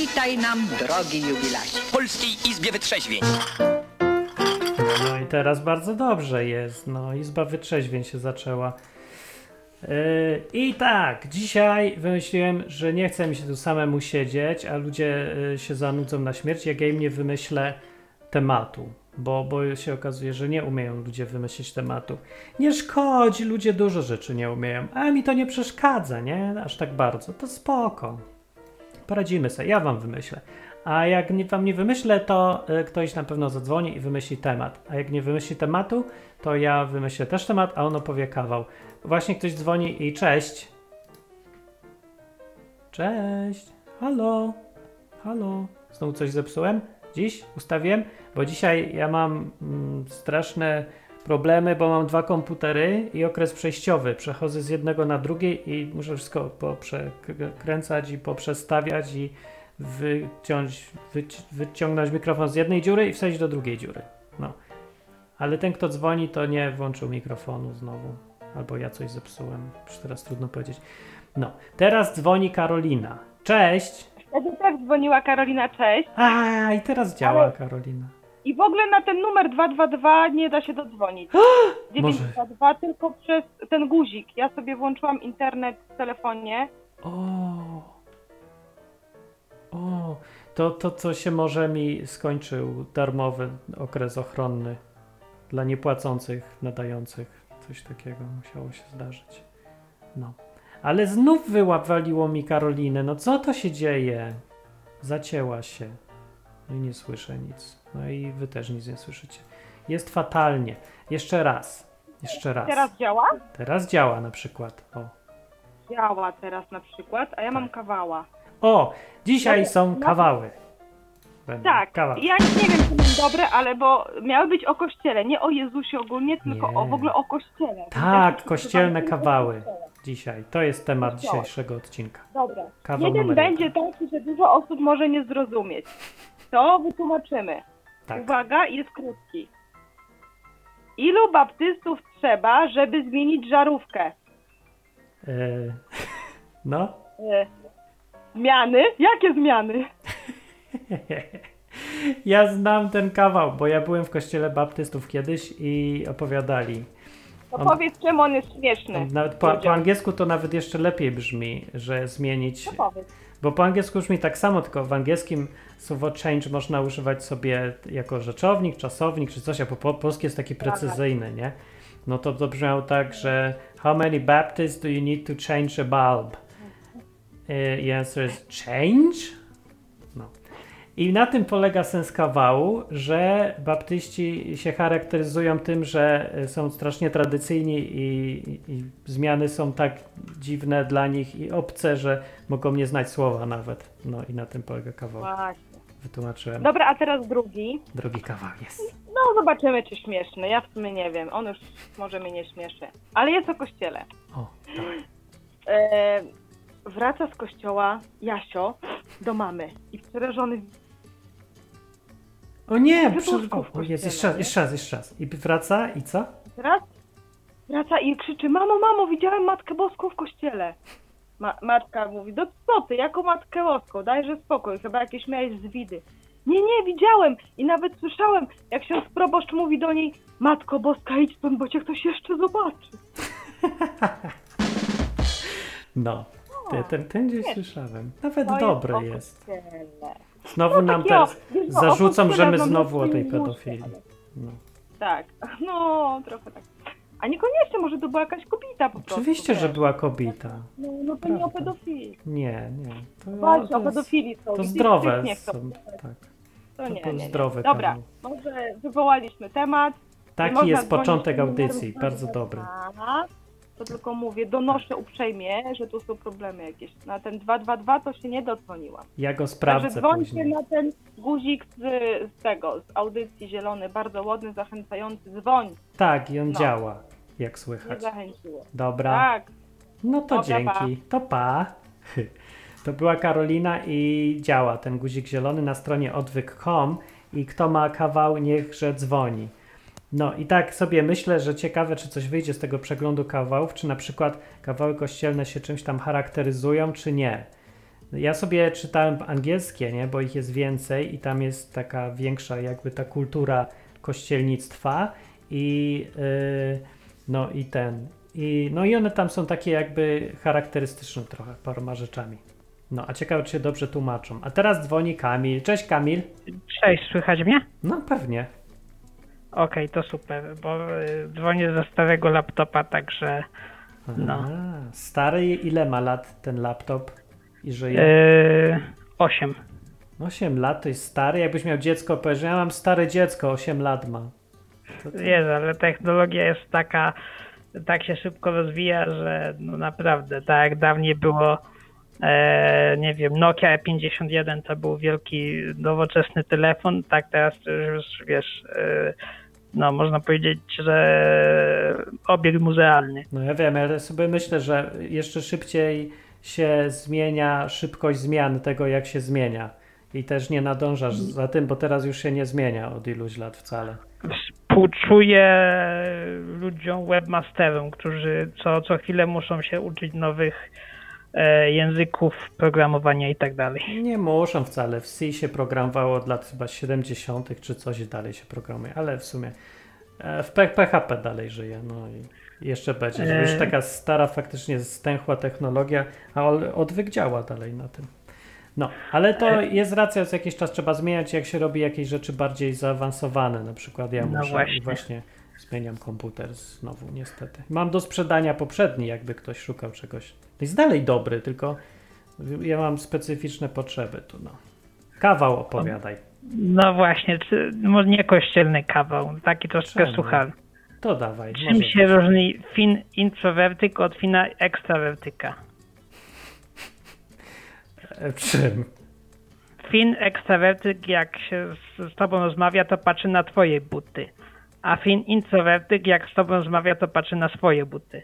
Witaj nam, drogi jubilacie. W Polskiej Izbie Wytrzeźwień. No i teraz bardzo dobrze jest. No, Izba Wytrzeźwień się zaczęła. I tak, dzisiaj wymyśliłem, że nie chce mi się tu samemu siedzieć, a ludzie się zanudzą na śmierć, jak ja im nie wymyślę tematu. Bo się okazuje, że nie umieją ludzie wymyślić tematu. Nie szkodzi, ludzie dużo rzeczy nie umieją, a mi to nie przeszkadza, nie? Aż tak bardzo. To spoko. Poradzimy sobie, ja wam wymyślę. A jak wam nie wymyślę, to ktoś na pewno zadzwoni i wymyśli temat. A jak nie wymyśli tematu, to ja wymyślę też temat, a on opowie kawał. Właśnie ktoś dzwoni i cześć. Cześć. Halo. Halo. Znowu coś zepsułem? Dziś ustawiłem? Bo dzisiaj ja mam straszne problemy, bo mam 2 komputery i okres przejściowy. Przechodzę z jednego na drugi i muszę wszystko poprzekręcać i poprzestawiać i wyciągnąć mikrofon z jednej dziury i wsadzić do drugiej dziury. No. Ale ten, kto dzwoni, to nie włączył mikrofonu znowu. Albo ja coś zepsułem. Już teraz trudno powiedzieć. No. Teraz dzwoni Karolina. Cześć! Wtedy też dzwoniła Karolina, cześć. A, i teraz działa Karolina. I w ogóle na ten numer 222 nie da się dodzwonić. 922 tylko przez ten guzik. Ja sobie włączyłam internet w telefonie. To się może mi skończył darmowy okres ochronny dla niepłacących nadających. Coś takiego musiało się zdarzyć. No. Ale znów wywaliło mi Karolinę. No co to się dzieje? Zacięła się. No i nie słyszę nic. No i wy też nic nie słyszycie. Jest fatalnie. Jeszcze raz. Teraz działa? Teraz działa na przykład. O. Działa teraz na przykład, a ja mam kawała. O! Dzisiaj są kawały. Tak, Kawał. ja nie wiem, czy mam dobre, ale bo miały być o kościele, nie o Jezusie ogólnie, tylko w ogóle o kościele. Tak, kościelne kawały. Dzisiaj. To jest temat dzisiejszego odcinka. Dobra. Kawał Jeden numer będzie 1. taki, że dużo osób może nie zrozumieć. To wytłumaczymy. Tak. Uwaga, jest krótki. Ilu baptystów trzeba, żeby zmienić żarówkę? No. Zmiany? Jakie zmiany? Ja znam ten kawał, bo ja byłem w kościele baptystów kiedyś i opowiadali. To powiedz, czemu on jest śmieszny. Nawet po angielsku to nawet jeszcze lepiej brzmi, że zmienić. To powiedz. Bo po angielsku brzmi tak samo, tylko w angielskim słowo change można używać sobie jako rzeczownik, czasownik czy coś, a po polsku jest taki precyzyjny, nie? No to brzmiało tak, że how many Baptists do you need to change a bulb? The answer is change? No. I na tym polega sens kawału, że baptyści się charakteryzują tym, że są strasznie tradycyjni i zmiany są tak dziwne dla nich i obce, że mogą nie znać słowa nawet. No i na tym polega kawał. Właśnie. Wytłumaczyłem. Dobra, a teraz drugi. Drugi kawał jest. No zobaczymy, czy śmieszny. Ja w sumie nie wiem. On już może mnie nie śmieszy. Ale jest o kościele. O, dawaj. Wraca z kościoła Jasio do mamy i przerażony. O nie! Bożków O, jest, kościele, jeszcze raz. I wraca i co? Teraz wraca i krzyczy: mamo, widziałem Matkę Boską w kościele. Matka mówi: no co ty, jaką Matkę Boską? Dajże spokój, chyba jakieś miałeś zwidy. Nie, widziałem i nawet słyszałem, jak ksiądz proboszcz mówi do niej: Matko Boska, idź stąd, bo cię ktoś jeszcze zobaczy. No, ten gdzieś słyszałem. Nawet To dobre jest. jest. Kościele. Znowu nam takiego, teraz wiesz, no, zarzucą, o że my kościele znowu o tej mam pedofilii. ale- No. Tak, no trochę tak. A niekoniecznie, może to była jakaś kobieta po prostu. Oczywiście, że wiesz. była kobieta. No to nie o Prawda. pedofilii. Nie. Walcz o jest- pedofilii. To zdrowe Nie chcą. są, tak. To nie, To nie. zdrowe Dobra, kanał. może wywołaliśmy temat. Nie Taki można jest dzwonić początek do numeru audycji, bardzo dobry. To tylko mówię, donoszę uprzejmie, że tu są problemy jakieś. Na ten 222 to się nie dodzwoniłam. Ja go Także sprawdzę dzwońcie później. na ten guzik z audycji zielony, bardzo ładny, zachęcający. Dzwoń. Tak, i on No. działa, jak Nie słychać. zachęciło. Dobra. Tak. No to Dobra, dzięki. To pa. To była Karolina i działa ten guzik zielony na stronie odwyk.com i kto ma kawał, niechże dzwoni. No i tak sobie myślę, że ciekawe, czy coś wyjdzie z tego przeglądu kawałów, czy na przykład kawały kościelne się czymś tam charakteryzują, czy nie. Ja sobie czytałem angielskie, nie? Bo ich jest więcej i tam jest taka większa jakby ta kultura kościelnictwa i no i no i one tam są takie jakby charakterystyczne trochę paroma rzeczami. No, a ciekawe, czy się dobrze tłumaczą. A teraz dzwoni Kamil. Cześć, Kamil. Cześć, słychać mnie? No, pewnie. Okej, to super, bo dzwonię ze starego laptopa, także no. Stary, ile ma lat ten laptop i żyje? 8. 8 lat to jest stary. Jakbyś miał dziecko, powiesz, że ja mam stare dziecko, 8 lat ma. Jest, ale technologia jest taka, tak się szybko rozwija, że no naprawdę, tak jak dawniej było, nie wiem, Nokia 51 to był wielki, nowoczesny telefon, tak teraz to już wiesz, no można powiedzieć, że obiekt muzealny. No ja wiem, ale sobie myślę, że jeszcze szybciej się zmienia szybkość zmian tego, jak się zmienia. I też nie nadążasz za tym, bo teraz już się nie zmienia od iluś lat wcale. Współczuję ludziom webmasterom, którzy co chwilę muszą się uczyć nowych języków programowania i tak dalej. Nie muszą wcale. W C się programowało od lat chyba 70. czy coś dalej się programuje, ale w sumie w PHP dalej żyje. No i jeszcze będzie. To już taka stara, faktycznie stęchła technologia, a odwyk działa dalej na tym. No, ale to jest racja, co jakiś czas trzeba zmieniać, jak się robi jakieś rzeczy bardziej zaawansowane. Na przykład ja muszę i właśnie zmieniam komputer znowu, niestety. Mam do sprzedania poprzedni, jakby ktoś szukał czegoś. Jest dalej dobry, tylko ja mam specyficzne potrzeby tu, no. Kawał opowiadaj. No właśnie, może nie kościelny kawał, taki troszkę słuchany. To dawaj. Czym się różni fin introwertyk od fina ekstrawertyka? Czym? Fin ekstrawertyk, jak się z tobą rozmawia, to patrzy na twoje buty. A fin introwertyk, jak z tobą rozmawia, to patrzy na swoje buty.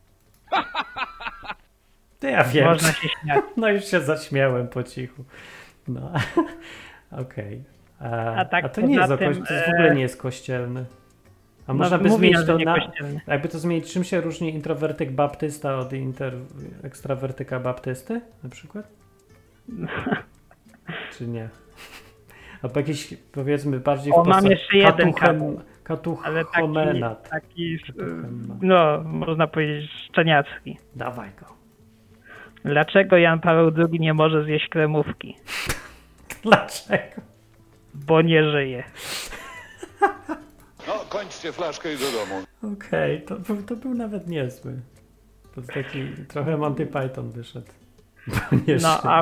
To ja wiem. Można się śmiać. No już się zaśmiałem po cichu. No. Okej. A to nie jest to w ogóle nie jest kościelny. A można by zmienić to na... Jakby to zmienić, czym się różni introwertyk baptysta od ekstrawertyka baptysty na przykład? Czy nie? Albo jakiś, powiedzmy, bardziej mam jeszcze jeden katuchomenat. Taki, no, można powiedzieć szczeniacki. Dawaj go. Dlaczego Jan Paweł II nie może zjeść kremówki? Dlaczego? Bo nie żyje. No, kończcie flaszkę i do domu. Okej, to był nawet niezły. To taki trochę Monty Python wyszedł. No, a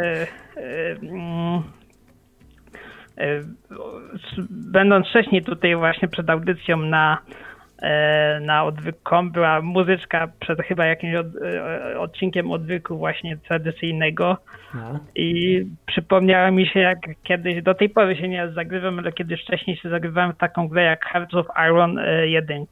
będąc wcześniej tutaj właśnie przed audycją na odwyk.com była muzyczka przed chyba jakimś odcinkiem odwyku właśnie tradycyjnego i przypomniało mi się, jak kiedyś, do tej pory się nie zagrywam, ale kiedyś wcześniej się zagrywałem w taką grę jak Hearts of Iron 1.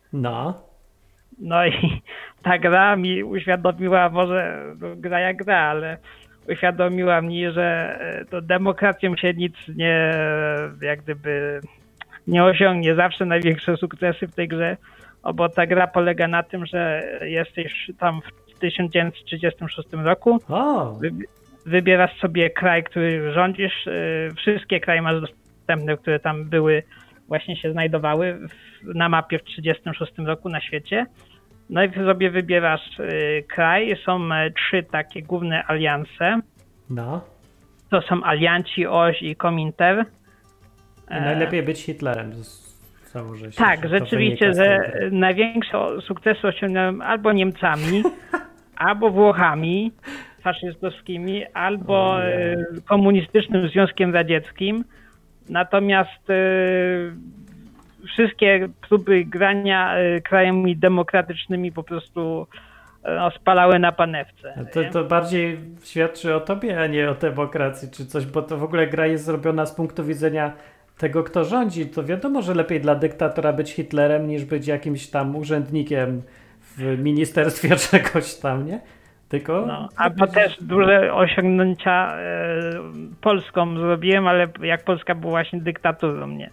No i ta gra mi uświadomiła, może gra jak gra, ale uświadomiła mi, że to demokracją się nic nie, jak gdyby nie osiągnie. Zawsze największe sukcesy w tej grze, bo ta gra polega na tym, że jesteś tam w 1936 roku, wybierasz sobie kraj, który rządzisz, wszystkie kraje masz dostępne, które tam były, właśnie się znajdowały na mapie w 1936 roku na świecie. No i sobie wybierasz kraj, są 3 takie główne alianse. To są alianci, OŚ i Kominter. I najlepiej być Hitlerem, założę się. Tak, rzeczywiście, że największe sukcesy osiągnąłem albo Niemcami, albo Włochami faszystowskimi, albo komunistycznym Związkiem Radzieckim. Natomiast wszystkie próby grania krajami demokratycznymi po prostu spalały na panewce. To bardziej świadczy o tobie, a nie o demokracji czy coś, bo to w ogóle gra jest zrobiona z punktu widzenia tego, kto rządzi. To wiadomo, że lepiej dla dyktatora być Hitlerem, niż być jakimś tam urzędnikiem w ministerstwie czegoś tam, nie? Tylko... No, albo też duże osiągnięcia Polską zrobiłem, ale jak Polska była właśnie dyktaturą, nie?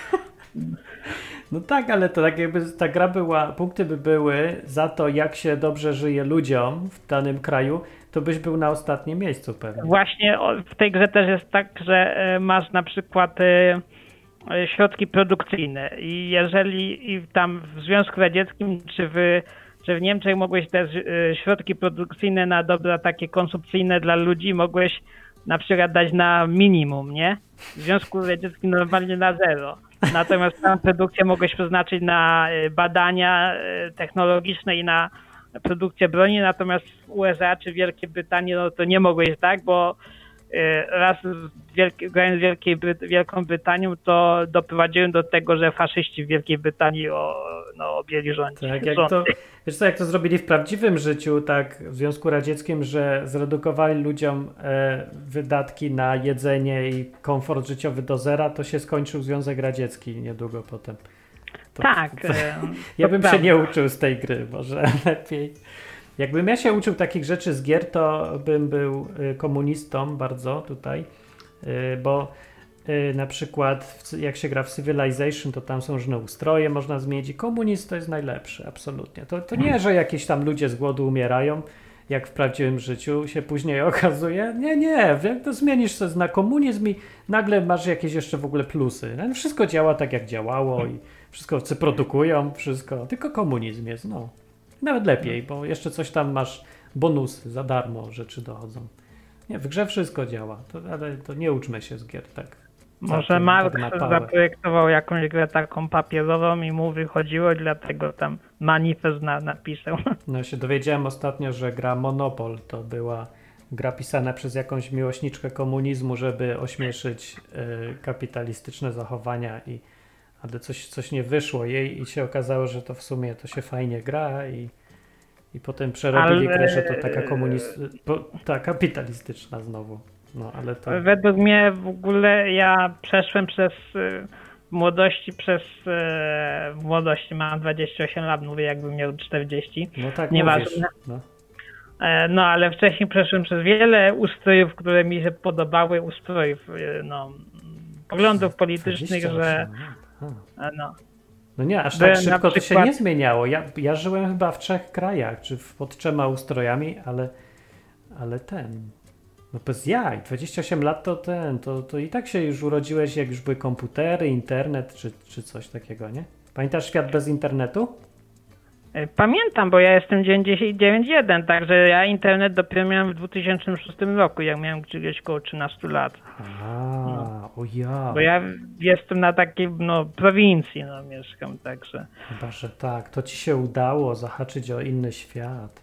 No tak, ale to tak jakby ta gra była, punkty by były za to, jak się dobrze żyje ludziom w danym kraju, to byś był na ostatnim miejscu pewnie. Właśnie w tej grze też jest tak, że masz na przykład środki produkcyjne i jeżeli i tam w Związku Radzieckim czy w Niemczech mogłeś te środki produkcyjne na dobra takie konsumpcyjne dla ludzi mogłeś na przykład dać na minimum, nie? W Związku Radzieckim normalnie na zero. Natomiast tam produkcję mogłeś przeznaczyć na badania technologiczne i na produkcję broni, natomiast w USA czy Wielkiej Brytanii no to nie mogłeś tak, bo raz grając z Wielką Brytanią to doprowadziłem do tego, że faszyści w Wielkiej Brytanii objęli rząd. Tak, wiesz co, jak to zrobili w prawdziwym życiu, tak w Związku Radzieckim, że zredukowali ludziom wydatki na jedzenie i komfort życiowy do zera, to się skończył Związek Radziecki niedługo potem. Ja bym się nie uczył z tej gry, może lepiej. Jakbym ja się uczył takich rzeczy z gier, to bym był komunistą bardzo tutaj, bo na przykład jak się gra w Civilization, to tam są różne ustroje, można zmienić i komunizm to jest najlepszy, absolutnie. To nie, że jakieś tam ludzie z głodu umierają, jak w prawdziwym życiu się później okazuje. Nie, to zmienisz sobie na komunizm i nagle masz jakieś jeszcze w ogóle plusy. Wszystko działa tak, jak działało i wszystko produkują, wszystko, tylko komunizm jest, no. Nawet lepiej, bo jeszcze coś tam masz, bonusy za darmo, rzeczy dochodzą. Nie, w grze wszystko działa, ale to nie uczmy się z gier, tak. Może Marx zaprojektował jakąś grę taką papierową i mu wychodziło, dlatego tam manifest napisał. No się dowiedziałem ostatnio, że gra Monopol to była gra pisana przez jakąś miłośniczkę komunizmu, żeby ośmieszyć kapitalistyczne zachowania ale coś nie wyszło jej i się okazało, że to w sumie to się fajnie gra i potem przerobili grę, że to taka kapitalistyczna znowu. No, ale to... Według mnie w ogóle ja przeszłem w młodości mam 28 lat, mówię jakbym miał 40. No tak, nieważne. No. No ale wcześniej przeszłem przez wiele ustrojów, które mi się podobały, ustrojów, poglądów politycznych, że No nie, aż tak szybko to się nie zmieniało. Ja żyłem chyba w 3 krajach, czy pod 3 ustrojami, ale no bez jaj, 28 lat to i tak się już urodziłeś, jak już były komputery, internet, czy coś takiego, nie? Pamiętasz świat bez internetu? Pamiętam, bo ja jestem 9.1, także ja internet dopiero miałem w 2006 roku, jak miałem gdzieś około 13 lat. Bo ja jestem na takiej prowincji, mieszkam, także. Chyba, że tak, to ci się udało zahaczyć o inny świat.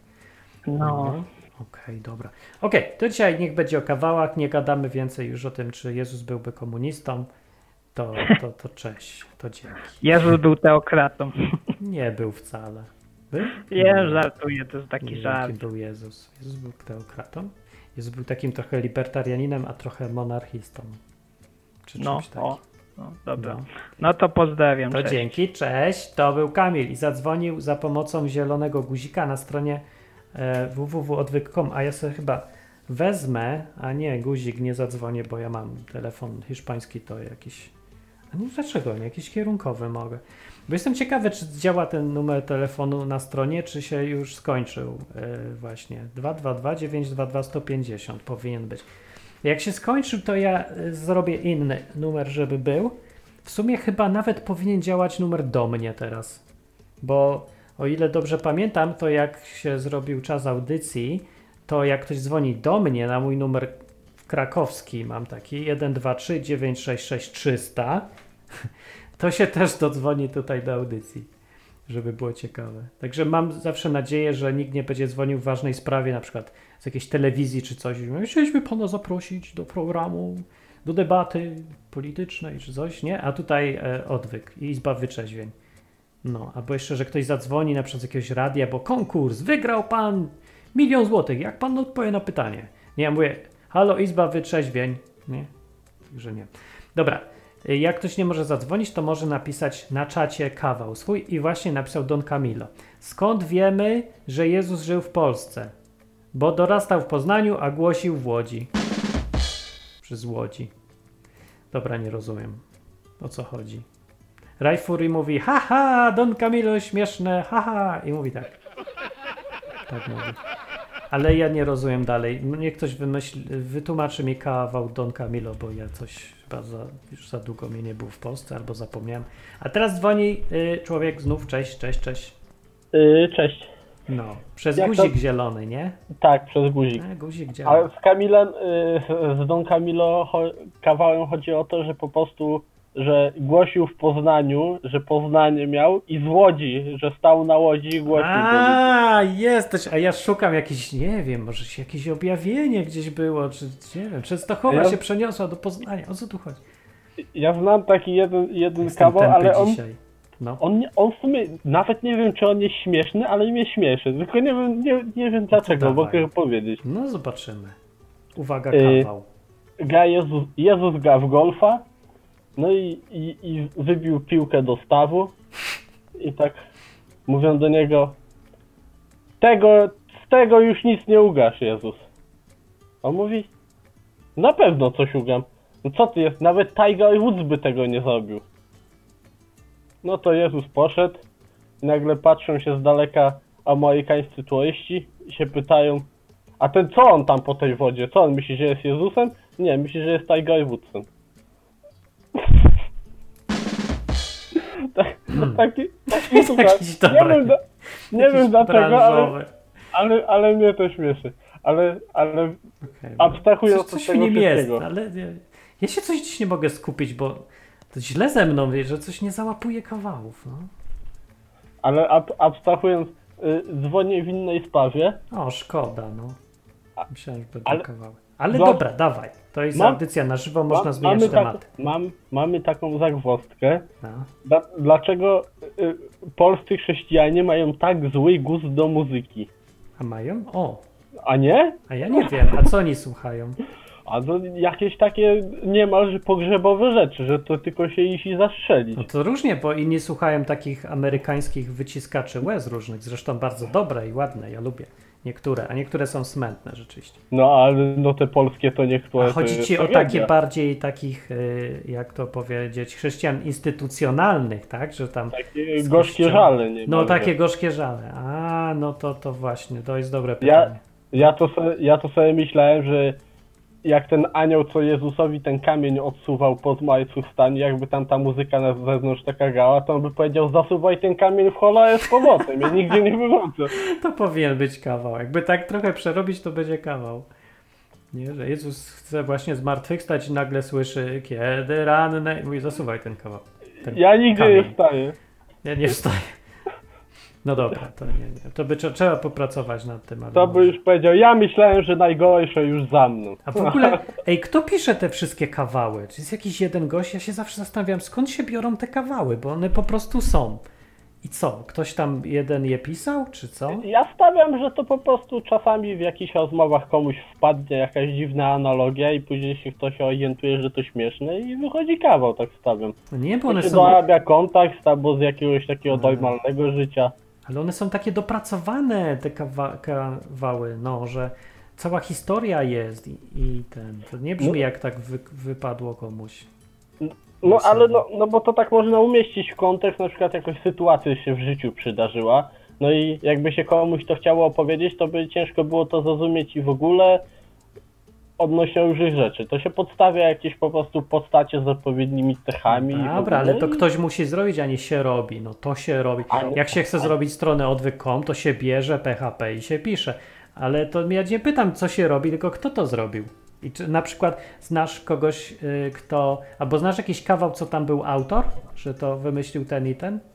Okej, dobra. To dzisiaj niech będzie o kawałach, nie gadamy więcej już o tym, czy Jezus byłby komunistą. To cześć, to dzięki. Jezus był teokratą. Nie był wcale. Był? Nie, żartuję, to jest taki żart. Jaki był Jezus? Jezus był teokratą? Jezus był takim trochę libertarianinem, a trochę monarchistą. Czy czymś takim. Dobra. No to pozdrawiam. To cześć. Dzięki, cześć. To był Kamil i zadzwonił za pomocą zielonego guzika na stronie www.odwyk.com, a ja sobie chyba wezmę, a nie, guzik nie zadzwonię, bo ja mam telefon hiszpański, to jakiś, a nie, dlaczego nie, jakiś kierunkowy mogę, bo jestem ciekawy, czy działa ten numer telefonu na stronie, czy się już skończył właśnie, 222-922-150 powinien być. Jak się skończył, to ja zrobię inny numer, żeby był. W sumie chyba nawet powinien działać numer do mnie teraz, bo o ile dobrze pamiętam, to jak się zrobił czas audycji, to jak ktoś dzwoni do mnie na mój numer krakowski, mam taki 123 966 300, to się też dodzwoni tutaj do audycji, żeby było ciekawe. Także mam zawsze nadzieję, że nikt nie będzie dzwonił w ważnej sprawie, na przykład z jakiejś telewizji czy coś. Chcieliśmy pana zaprosić do programu, do debaty politycznej czy coś, nie? A tutaj odwyk i Izba Wyczeźwień. No, albo jeszcze, że ktoś zadzwoni na przykład z jakiegoś radia, bo konkurs, wygrał pan 1 000 000 złotych, jak pan odpowie na pytanie? Nie, ja mówię, halo Izba Wyczeźwień, nie? Także nie. Dobra, jak ktoś nie może zadzwonić, to może napisać na czacie kawał swój i właśnie napisał Don Camilo. Skąd wiemy, że Jezus żył w Polsce? Bo dorastał w Poznaniu, a głosił w Łodzi. Przez Łodzi. Dobra, nie rozumiem, o co chodzi. Rajfuri mówi, haha, Don Camilo śmieszne, haha, i mówi tak. Tak mówi. Ale ja nie rozumiem dalej. Niech ktoś wytłumaczy mi kawał Don Camilo, bo ja coś chyba już za długo mnie nie był w Polsce, albo zapomniałem. A teraz dzwoni człowiek znów. Cześć. Cześć. No, przez Jak guzik to- zielony, nie? Tak, przez guzik. Guzik Ale działa. z Kamilem, z Don Camilo kawałem chodzi o to, że po prostu, że głosił w Poznaniu, że Poznanie miał i z Łodzi, że stał na Łodzi i głosił do ludzi. Jesteś, a ja szukam jakieś, nie wiem, może jakieś objawienie gdzieś było, czy nie wiem, Częstochowa Ja- się przeniosła do Poznania, o co tu chodzi? Ja znam taki jeden Jestem kawał, tępy ale on dzisiaj. No. on w sumie, nawet nie wiem, czy on jest śmieszny, ale mnie śmieszy, tylko nie wiem dlaczego, dawaj. mogę powiedzieć. No zobaczymy. Uwaga, Y, kawał. Gra Jezus gra w golfa, no i wybił piłkę do stawu i tak mówią do niego, z tego już nic nie ugrasz, Jezus. On mówi, na pewno coś ugram. No co ty jest, nawet Tiger Woods by tego nie zrobił. No to Jezus poszedł i nagle patrzą się z daleka amerykańscy turyści i się pytają, a ten co on tam po tej wodzie? Co on myśli, że jest Jezusem? Nie, myśli, że jest Tiger Woodsem. Taki słuchaj, Jakiś dobry. nie wiem dlaczego, Branżowy. ale mnie to śmieszy. Ale Okej, abstrahując coś od w tego nim jest, wszystkiego. ale ja się coś dziś nie mogę skupić, bo to źle ze mną, wiesz, że coś nie załapuje kawałów, no. Ale abstrahując, dzwonię w innej sprawie. O, szkoda, no. Myślałem, że będą ale- kawały. Ale Zobacz- dobra, dawaj. To jest audycja na żywo, można zmieniać mamy, tematy. mamy taką zagwozdkę. No. Dlaczego polscy chrześcijanie mają tak zły gust do muzyki? A mają? O, A nie? a ja nie wiem. A co oni słuchają? A to jakieś takie niemalże pogrzebowe rzeczy, że to tylko się iść zastrzelić. No to różnie, bo inni słuchają takich amerykańskich wyciskaczy łez różnych, zresztą bardzo dobre i ładne, ja lubię niektóre, a niektóre są smętne rzeczywiście. No ale no te polskie to niektóre. A to chodzi jest ci o tragedia. takie bardziej takich, jak to powiedzieć, chrześcijan instytucjonalnych, tak? Że tam Takie z gorzkie kościoła. żale, nie? No takie gorzkie żale. A, no to właśnie, to jest dobre pytanie. Ja to sobie myślałem, że jak ten anioł, co Jezusowi ten kamień odsuwał po zmartwychwstaniu, jakby tam ta muzyka na zewnątrz taka grała, to on by powiedział, zasuwaj ten kamień w cholerę z powrotem, ja nigdzie nie wychodzę. To powinien być kawał. Jakby tak trochę przerobić, to będzie kawał. Nie, że Jezus chce właśnie zmartwychwstać i nagle słyszy, kiedy ranne... Mówi, zasuwaj ten kawał. Ten Ja nigdzie kamień. nie wstaję. Ja nie wstaję. No dobra, to nie. To by trzeba popracować nad tym. Ale To by może. już powiedział, ja myślałem, że najgorsze już za mną. A w ogóle, kto pisze te wszystkie kawały? Czy jest jakiś jeden gość? Ja się zawsze zastanawiam, skąd się biorą te kawały, bo one po prostu są. I co? Ktoś tam jeden je pisał, czy co? Ja stawiam, że to po prostu czasami w jakichś rozmowach komuś wpadnie jakaś dziwna analogia i później się ktoś orientuje, że to śmieszne i wychodzi kawał, tak stawiam. No nie, bo one Czy są... dorabia kontakt albo z jakiegoś takiego normalnego życia. Ale one są takie dopracowane, te kawały, no, że cała historia jest i ten... To nie brzmi jak tak wypadło komuś. No ale no bo to tak można umieścić w kontekst, na przykład jakaś sytuacja się w życiu przydarzyła, no i jakby się komuś to chciało opowiedzieć, to by ciężko było to zrozumieć i w ogóle odnośnie różnych rzeczy. To się podstawia jakieś po prostu postacie z odpowiednimi cechami. i w Dobra, ale ogóle to i- ktoś musi zrobić, a nie się robi. No to się robi. Ale- Jak się chce zrobić stronę odwyk.com, to się bierze PHP i się pisze. Ale to ja nie pytam, co się robi, tylko kto to zrobił. I czy na przykład znasz kogoś, kto... Albo znasz jakiś kawał, co tam był autor? Że to wymyślił ten i ten?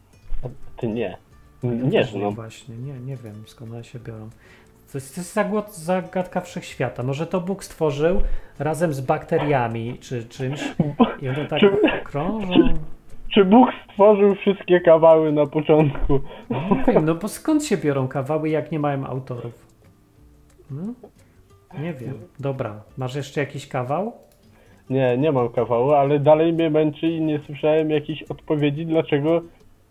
Ty nie. Ja Nie też znam. Właśnie, nie wiem skąd one się biorą. To jest zagadka wszechświata. Może to Bóg stworzył razem z bakteriami czy czymś i one tak krążą. Czy Bóg stworzył wszystkie kawały na początku? Nie wiem, no bo skąd się biorą kawały, jak nie mają autorów? No? Nie wiem. Dobra, masz jeszcze jakiś kawał? Nie mam kawału, ale dalej mnie męczy i nie słyszałem jakiejś odpowiedzi, dlaczego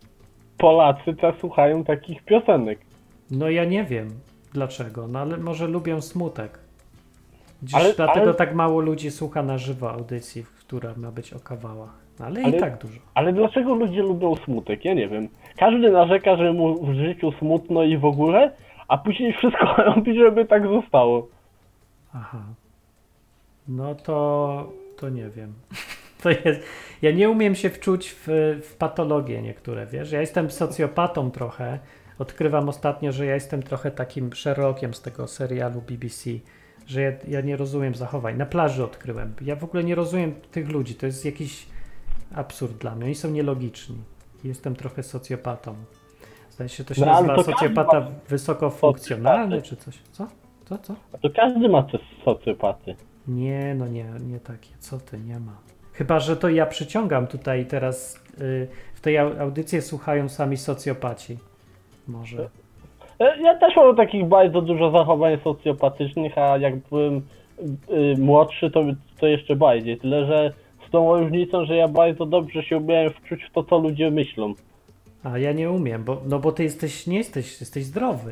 Polacy słuchają takich piosenek. No ja nie wiem dlaczego, no ale może lubią smutek. Dziś Ale- dlatego ale- tak mało ludzi słucha na żywo audycji, która ma być o kawałach. Ale i Ale- tak dużo. Ale dlaczego ludzie lubią smutek? Ja nie wiem. Każdy narzeka, że mu w życiu smutno i w ogóle, a później wszystko robi, żeby tak zostało. Aha. No to nie wiem. To jest, ja nie umiem się wczuć w patologie niektóre, wiesz? Ja jestem socjopatą trochę. Odkrywam ostatnio, że ja jestem trochę takim Sherlockiem z tego serialu BBC, że ja nie rozumiem zachowań. Na plaży odkryłem. Ja w ogóle nie rozumiem tych ludzi. To jest jakiś absurd dla mnie. Oni są nielogiczni. Jestem trochę socjopatą. Zdaje się, to się nazywa to socjopata każdy ma wysokofunkcjonalny, czy coś. Co? Co? A to każdy ma te socjopaty. Nie, no nie takie. Co ty, nie ma. Chyba, że to ja przyciągam tutaj teraz, w tej audycji słuchają sami socjopaci. Może. Ja też mam takich bardzo dużo zachowań socjopatycznych, a jak byłem młodszy, to jeszcze bardziej. Tyle, że z tą różnicą, że ja bardzo dobrze się umiałem wczuć w to, co ludzie myślą. A ja nie umiem, bo ty jesteś zdrowy.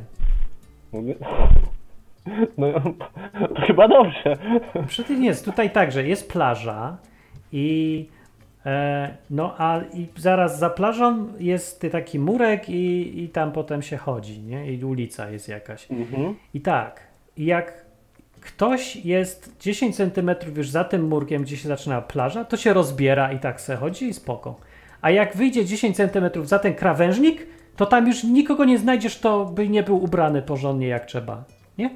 No to chyba dobrze. Przecież jest tutaj tak, że jest plaża i i zaraz za plażą jest taki murek i tam potem się chodzi, nie? I ulica jest jakaś. I tak, jak ktoś jest 10 cm już za tym murkiem, gdzie się zaczyna plaża, to się rozbiera i tak se chodzi i spoko. A jak wyjdzie 10 cm za ten krawężnik, to tam już nikogo nie znajdziesz, to by nie był ubrany porządnie jak trzeba, nie?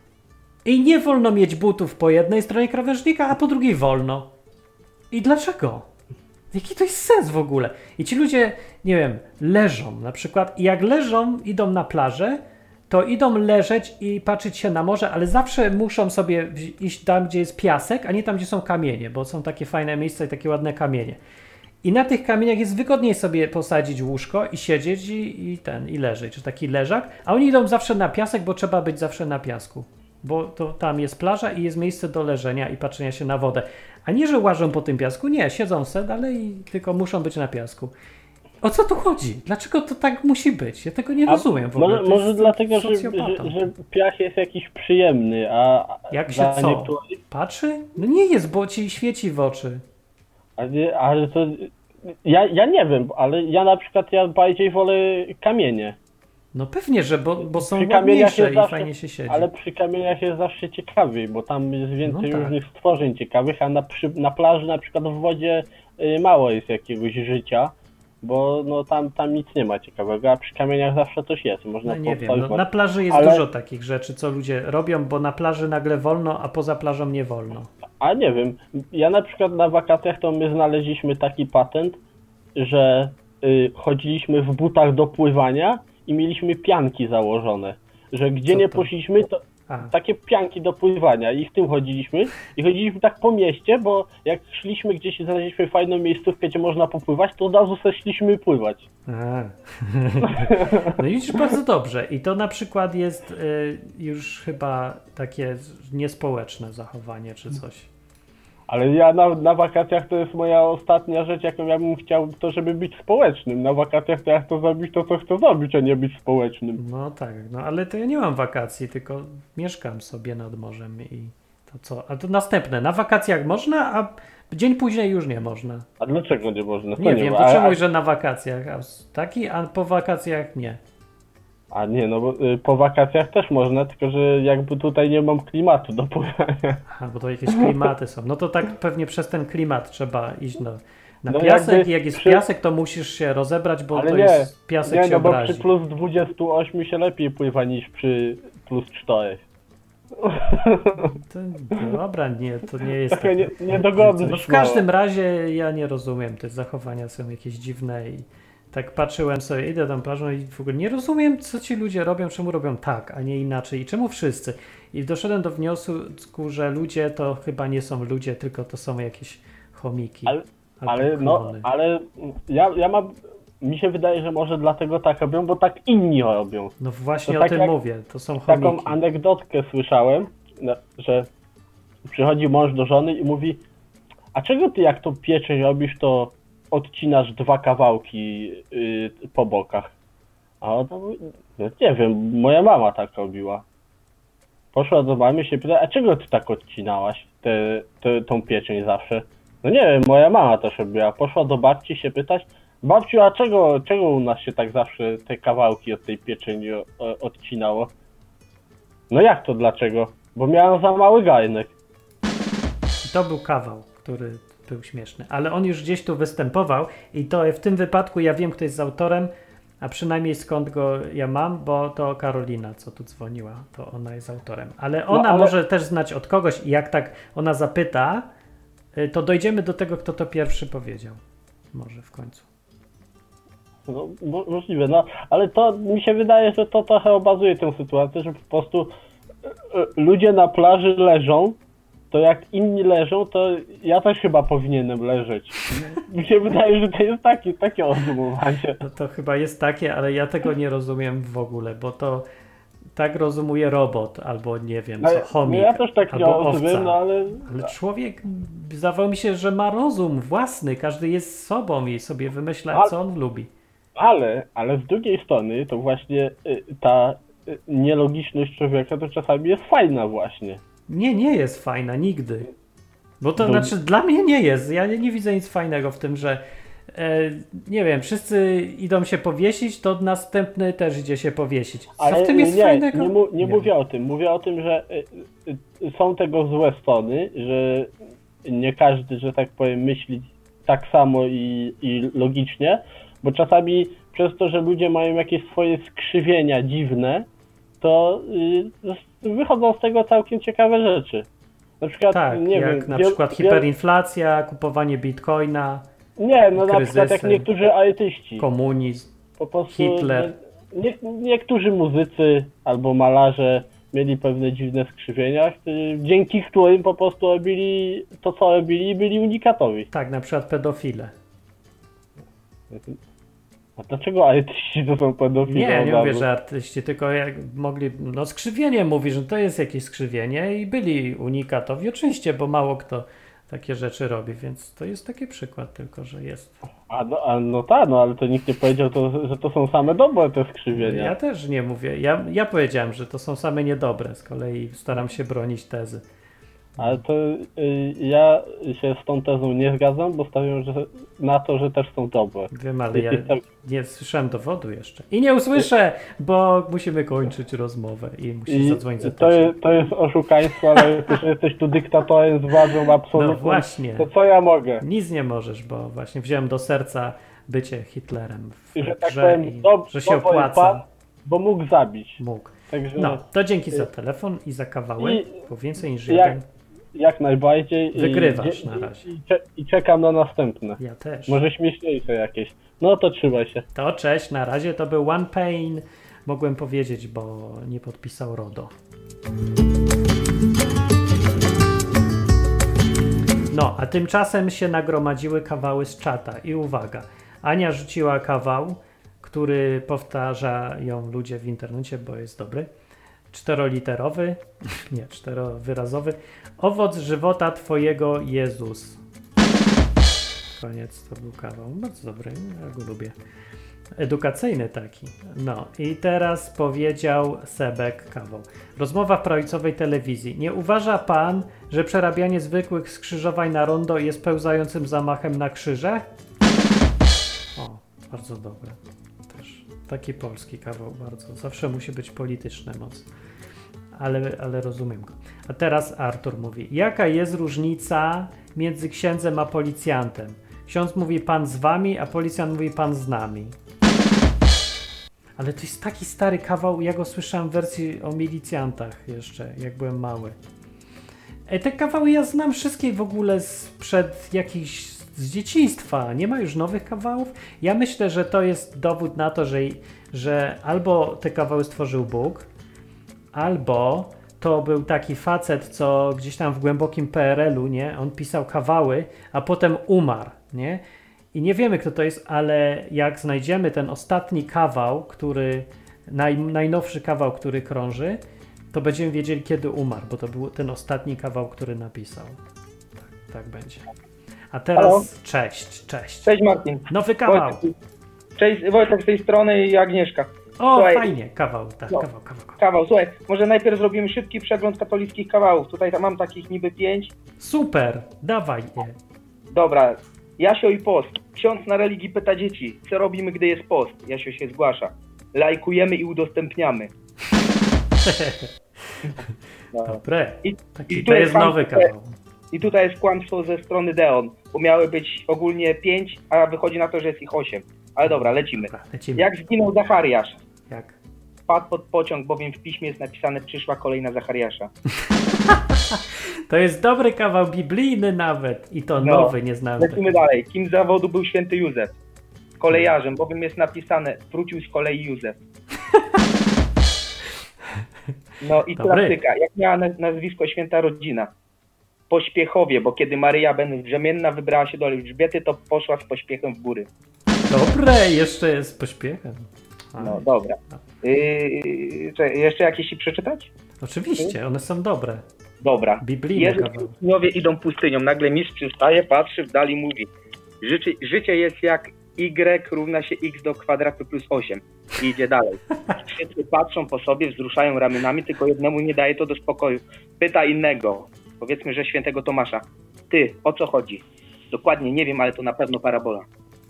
I nie wolno mieć butów po jednej stronie krawężnika, a po drugiej wolno. I dlaczego? Jaki to jest sens w ogóle? I ci ludzie, nie wiem, leżą na przykład i jak leżą, idą na plażę, to idą leżeć i patrzeć się na morze, ale zawsze muszą sobie iść tam, gdzie jest piasek, a nie tam, gdzie są kamienie, bo są takie fajne miejsca i takie ładne kamienie. I na tych kamieniach jest wygodniej sobie posadzić łóżko i siedzieć i leżeć, czy taki leżak, a oni idą zawsze na piasek, bo trzeba być zawsze na piasku. Bo to tam jest plaża i jest miejsce do leżenia i patrzenia się na wodę. A nie, że łażą po tym piasku, nie, siedzą se dalej i tylko muszą być na piasku. O co tu chodzi? Dlaczego to tak musi być? Ja tego nie rozumiem w ogóle. Może dlatego, że piach jest jakiś przyjemny, a jak się co? Niektórych... Patrzy? No nie jest, bo ci świeci w oczy. Ale to... Ja nie wiem, ale ja na przykład bardziej wolę kamienie. No pewnie, że bo są ładniejsze i zawsze, fajnie się siedzi. Ale przy kamieniach jest zawsze ciekawiej, bo tam jest więcej różnych stworzeń ciekawych, a na plaży, na przykład w wodzie mało jest jakiegoś życia, bo no tam nic nie ma ciekawego, a przy kamieniach zawsze coś jest. Można nie wiem, na plaży jest dużo takich rzeczy, co ludzie robią, bo na plaży nagle wolno, a poza plażą nie wolno. A nie wiem, ja na przykład na wakacjach to my znaleźliśmy taki patent, że chodziliśmy w butach do pływania i mieliśmy pianki założone, że gdzie nie poszliśmy, to takie pianki do pływania i w tym chodziliśmy i chodziliśmy tak po mieście, bo jak szliśmy gdzieś i znaleźliśmy fajną miejscówkę, gdzie można popływać, to od razu szliśmy pływać. No i widzisz, bardzo dobrze. I to na przykład jest już chyba takie niespołeczne zachowanie czy coś. Ale ja na wakacjach to jest moja ostatnia rzecz, jaką ja bym chciał, to żeby być społecznym. Na wakacjach to ja chcę zrobić to, co chcę zrobić, a nie być społecznym. No tak, no ale to ja nie mam wakacji, tylko mieszkam sobie nad morzem i to co? A to następne, na wakacjach można, a dzień później już nie można. A dlaczego nie można? Nie wiem, to czemu, że na wakacjach a po wakacjach nie. A nie, no bo po wakacjach też można, tylko że jakby tutaj nie mam klimatu do pływania. Aha, bo to jakieś klimaty są. No to tak pewnie przez ten klimat trzeba iść na piasek i jak jest piasek, to musisz się rozebrać, bo ale to jest piasek się bo obrazi. Przy plus 28 się lepiej pływa niż przy plus 4. Dobra, nie, to nie jest taka niedogodność. No w każdym razie ja nie rozumiem, te zachowania są jakieś dziwne i tak patrzyłem sobie, idę tam plażą i w ogóle nie rozumiem, co ci ludzie robią, czemu robią tak, a nie inaczej i czemu wszyscy. I doszedłem do wniosku, że ludzie to chyba nie są ludzie, tylko to są jakieś chomiki. Ale ja mam, mi się wydaje, że może dlatego tak robią, bo tak inni robią. No właśnie o tym mówię, to są chomiki. Taką anegdotkę słyszałem, że przychodzi mąż do żony i mówi: a czego ty jak tą pieczeń robisz, to odcinasz 2 kawałki po bokach? A on mówi: nie wiem, moja mama tak robiła. Poszła do mamy się pyta: a czego ty tak odcinałaś tą pieczeń zawsze? No nie wiem, moja mama też robiła. Poszła do babci się pytać: babciu, a czego u nas się tak zawsze te kawałki od tej pieczeni odcinało? No jak to dlaczego? Bo miałem za mały garnek. I to był kawał, który był śmieszny, ale on już gdzieś tu występował i to w tym wypadku ja wiem, kto jest autorem, a przynajmniej skąd go ja mam, bo to Karolina, co tu dzwoniła, to ona jest autorem. Ale ona może też znać od kogoś i jak tak ona zapyta, to dojdziemy do tego, kto to pierwszy powiedział. Może w końcu. No, możliwe, no, ale to mi się wydaje, że to trochę obazuje tę sytuację, że po prostu ludzie na plaży leżą, to jak inni leżą, to ja też chyba powinienem leżeć. Mi się wydaje, że to jest takie rozumowanie. No to chyba jest takie, ale ja tego nie rozumiem w ogóle, bo to tak rozumuje robot, albo nie wiem, co, chomik, no ja też tak nie albo rozumiem, owca. no ale Człowiek, zdawało mi się, że ma rozum własny, każdy jest sobą i sobie wymyśla, co on lubi. Ale z drugiej strony to właśnie ta nielogiczność człowieka to czasami jest fajna właśnie. Nie jest fajna, nigdy. Bo to znaczy, dla mnie nie jest. Ja nie widzę nic fajnego w tym, że nie wiem, wszyscy idą się powiesić, to następny też idzie się powiesić. Co Ale w tym jest fajnego? Nie mówię o tym. Mówię o tym, że są tego złe strony, że nie każdy, że tak powiem, myśli tak samo i logicznie, bo czasami przez to, że ludzie mają jakieś swoje skrzywienia dziwne, to wychodzą z tego całkiem ciekawe rzeczy. Na przykład, Tak, nie jak wiem, na przykład hiperinflacja, kupowanie bitcoina, nie, no na kryzysy, przykład jak niektórzy artyści, komunizm, po prostu Hitler. Niektórzy muzycy albo malarze mieli pewne dziwne skrzywienia, dzięki którym po prostu robili to, co robili i byli unikatowi. Tak, na przykład pedofile. A dlaczego artyści to są pedofile? Nie mówię, że artyści, tylko jak mogli, no skrzywienie mówi, że to jest jakieś skrzywienie i byli unikatowi, oczywiście, bo mało kto takie rzeczy robi, więc to jest taki przykład tylko, że jest. No tak, ale to nikt nie powiedział, że to są same dobre te skrzywienia. Ja też nie mówię, ja powiedziałem, że to są same niedobre, z kolei staram się bronić tezy. Ale to ja się z tą tezą nie zgadzam, bo stawiam na to, że też są dobre. Wiem, ale ja nie słyszałem dowodu jeszcze. I nie usłyszę, bo musimy kończyć rozmowę i musisz zadzwonić za to jest oszukaństwo, ale że jesteś tu dyktatorem z władzą absolutną. No właśnie. To co ja mogę? Nic nie możesz, bo właśnie wziąłem do serca bycie Hitlerem w I że tak grze powiem, i że się dobry opłaca. pan, bo mógł zabić. Mógł. Także No, to dzięki za telefon i za kawałek, bo więcej niż jak- jeden. jak najbardziej. Wygrywasz na razie. I czekam na następne. Ja też. Może śmieszniejsze jakieś. No to trzymaj się. To cześć, na razie to był One Pain. Mogłem powiedzieć, bo nie podpisał RODO. No, a tymczasem się nagromadziły kawały z czata i uwaga, Ania rzuciła kawał, który powtarzają ludzie w internecie, bo jest dobry. 4-literowy, nie, 4-wyrazowy. Owoc żywota Twojego Jezus. Koniec, to był kawał. Bardzo dobry, ja go lubię. Edukacyjny taki. No i teraz powiedział Sebek kawał. Rozmowa w prawicowej telewizji. Nie uważa pan, że przerabianie zwykłych skrzyżowań na rondo jest pełzającym zamachem na krzyże? O, bardzo dobre. Też taki polski kawał bardzo. Zawsze musi być polityczny mocno. Ale rozumiem go. A teraz Artur mówi. Jaka jest różnica między księdzem a policjantem? Ksiądz mówi pan z wami, a policjant mówi pan z nami. Ale to jest taki stary kawał, ja go słyszałem w wersji o milicjantach jeszcze, jak byłem mały. Te kawały ja znam wszystkie w ogóle sprzed jakichś z dzieciństwa. Nie ma już nowych kawałów. Ja myślę, że to jest dowód na to, że albo te kawały stworzył Bóg, albo to był taki facet, co gdzieś tam w głębokim PRL-u, nie? On pisał kawały, a potem umarł, nie? I nie wiemy, kto to jest, ale jak znajdziemy ten ostatni kawał, najnowszy kawał, który krąży, to będziemy wiedzieli, kiedy umarł, bo to był ten ostatni kawał, który napisał. Tak będzie. A teraz Halo? Cześć. Cześć Martin. Nowy kawał. Cześć Wojtek z tej strony i Agnieszka. O, Słuchaj, fajnie, kawał, tak, no. kawał. Słuchaj, może najpierw zrobimy szybki przegląd katolickich kawałów. Tutaj mam takich niby 5. Super, dawaj je. Dobra, Jasio i post. Ksiądz na religii pyta dzieci, co robimy, gdy jest post? Jasio się zgłasza. Lajkujemy i udostępniamy. No. Dobre. I Taki, tu to jest pan- nowy kawał. I tutaj jest kłamstwo ze strony Deon, bo miały być ogólnie 5, a wychodzi na to, że jest ich 8. Ale dobra, lecimy. Dobra, lecimy. Jak zginął Zachariasz? Jak? Wpadł pod pociąg, bowiem w piśmie jest napisane przyszła kolej na Zachariasza. To jest dobry kawał biblijny nawet. I to No. nowy, nie znałem Lecimy takiego. dalej. Kim z zawodu był święty Józef? Kolejarzem, bowiem jest napisane wrócił z kolei Józef. No i Dobry. klasyka. Jak miała nazwisko święta rodzina? Pośpiechowie, bo kiedy Maryja będąc brzemienna wybrała się do Elżbiety, to poszła z pośpiechem w góry. Dobre, jeszcze jest z pośpiechem. A, No dobra. Jeszcze jakieś ci przeczytać? Oczywiście, one są dobre. Dobra. Biblijne Jezus kawały. i uczniowie idą pustynią. Nagle mistrz przystaje, patrzy w dali, mówi: życie jest jak y równa się x do kwadratu plus 8. I idzie dalej. Wszyscy patrzą po sobie, wzruszają ramionami, tylko jednemu nie daje to do spokoju. Pyta innego, powiedzmy, że świętego Tomasza: ty, o co chodzi? Dokładnie nie wiem, ale to na pewno parabola.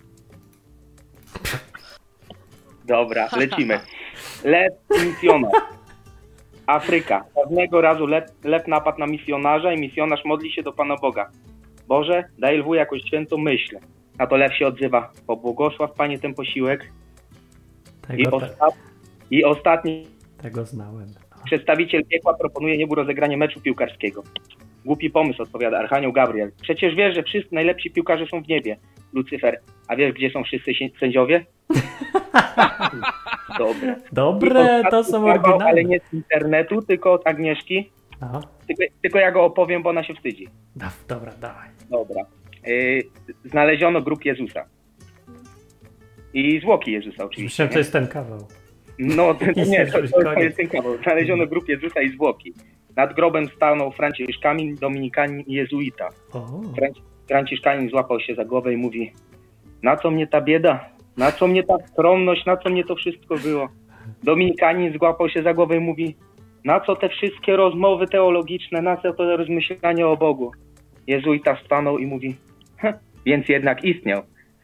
Dobra, lecimy. Lew i misjonarz. Afryka. Pewnego razu lew napadł na misjonarza i misjonarz modli się do Pana Boga. Boże, daj lwu jakąś świętą myśl. Na to lew się odzywa: pobłogosław Panie ten posiłek. I ostatni Tego znałem. przedstawiciel piekła proponuje niebu rozegranie meczu piłkarskiego. Głupi pomysł, odpowiada archanioł Gabriel. Przecież wiesz, że wszyscy najlepsi piłkarze są w niebie. Lucyfer. A wiesz, gdzie są wszyscy sędziowie? Dobra. Dobre, to są oryginalne. Ale nie z internetu, tylko od Agnieszki. No. Tylko ja go opowiem, bo ona się wstydzi. Dobra, dawaj. Dobra. Znaleziono grób Jezusa. I zwłoki Jezusa oczywiście. Myślałem, to jest ten kawał. No, to nie, to Koniec. jest ten kawał. Znaleziono grób Jezusa i zwłoki. Nad grobem stanął Franciszkanin, dominikanin i jezuita. O, Franciszkanin złapał się za głowę i mówi: na co mnie ta bieda? Na co mnie ta skromność? Na co mnie to wszystko było? Dominikanin złapał się za głowę i mówi: na co te wszystkie rozmowy teologiczne? Na co to rozmyślanie o Bogu? Jezuita stanął i mówi: więc jednak istniał.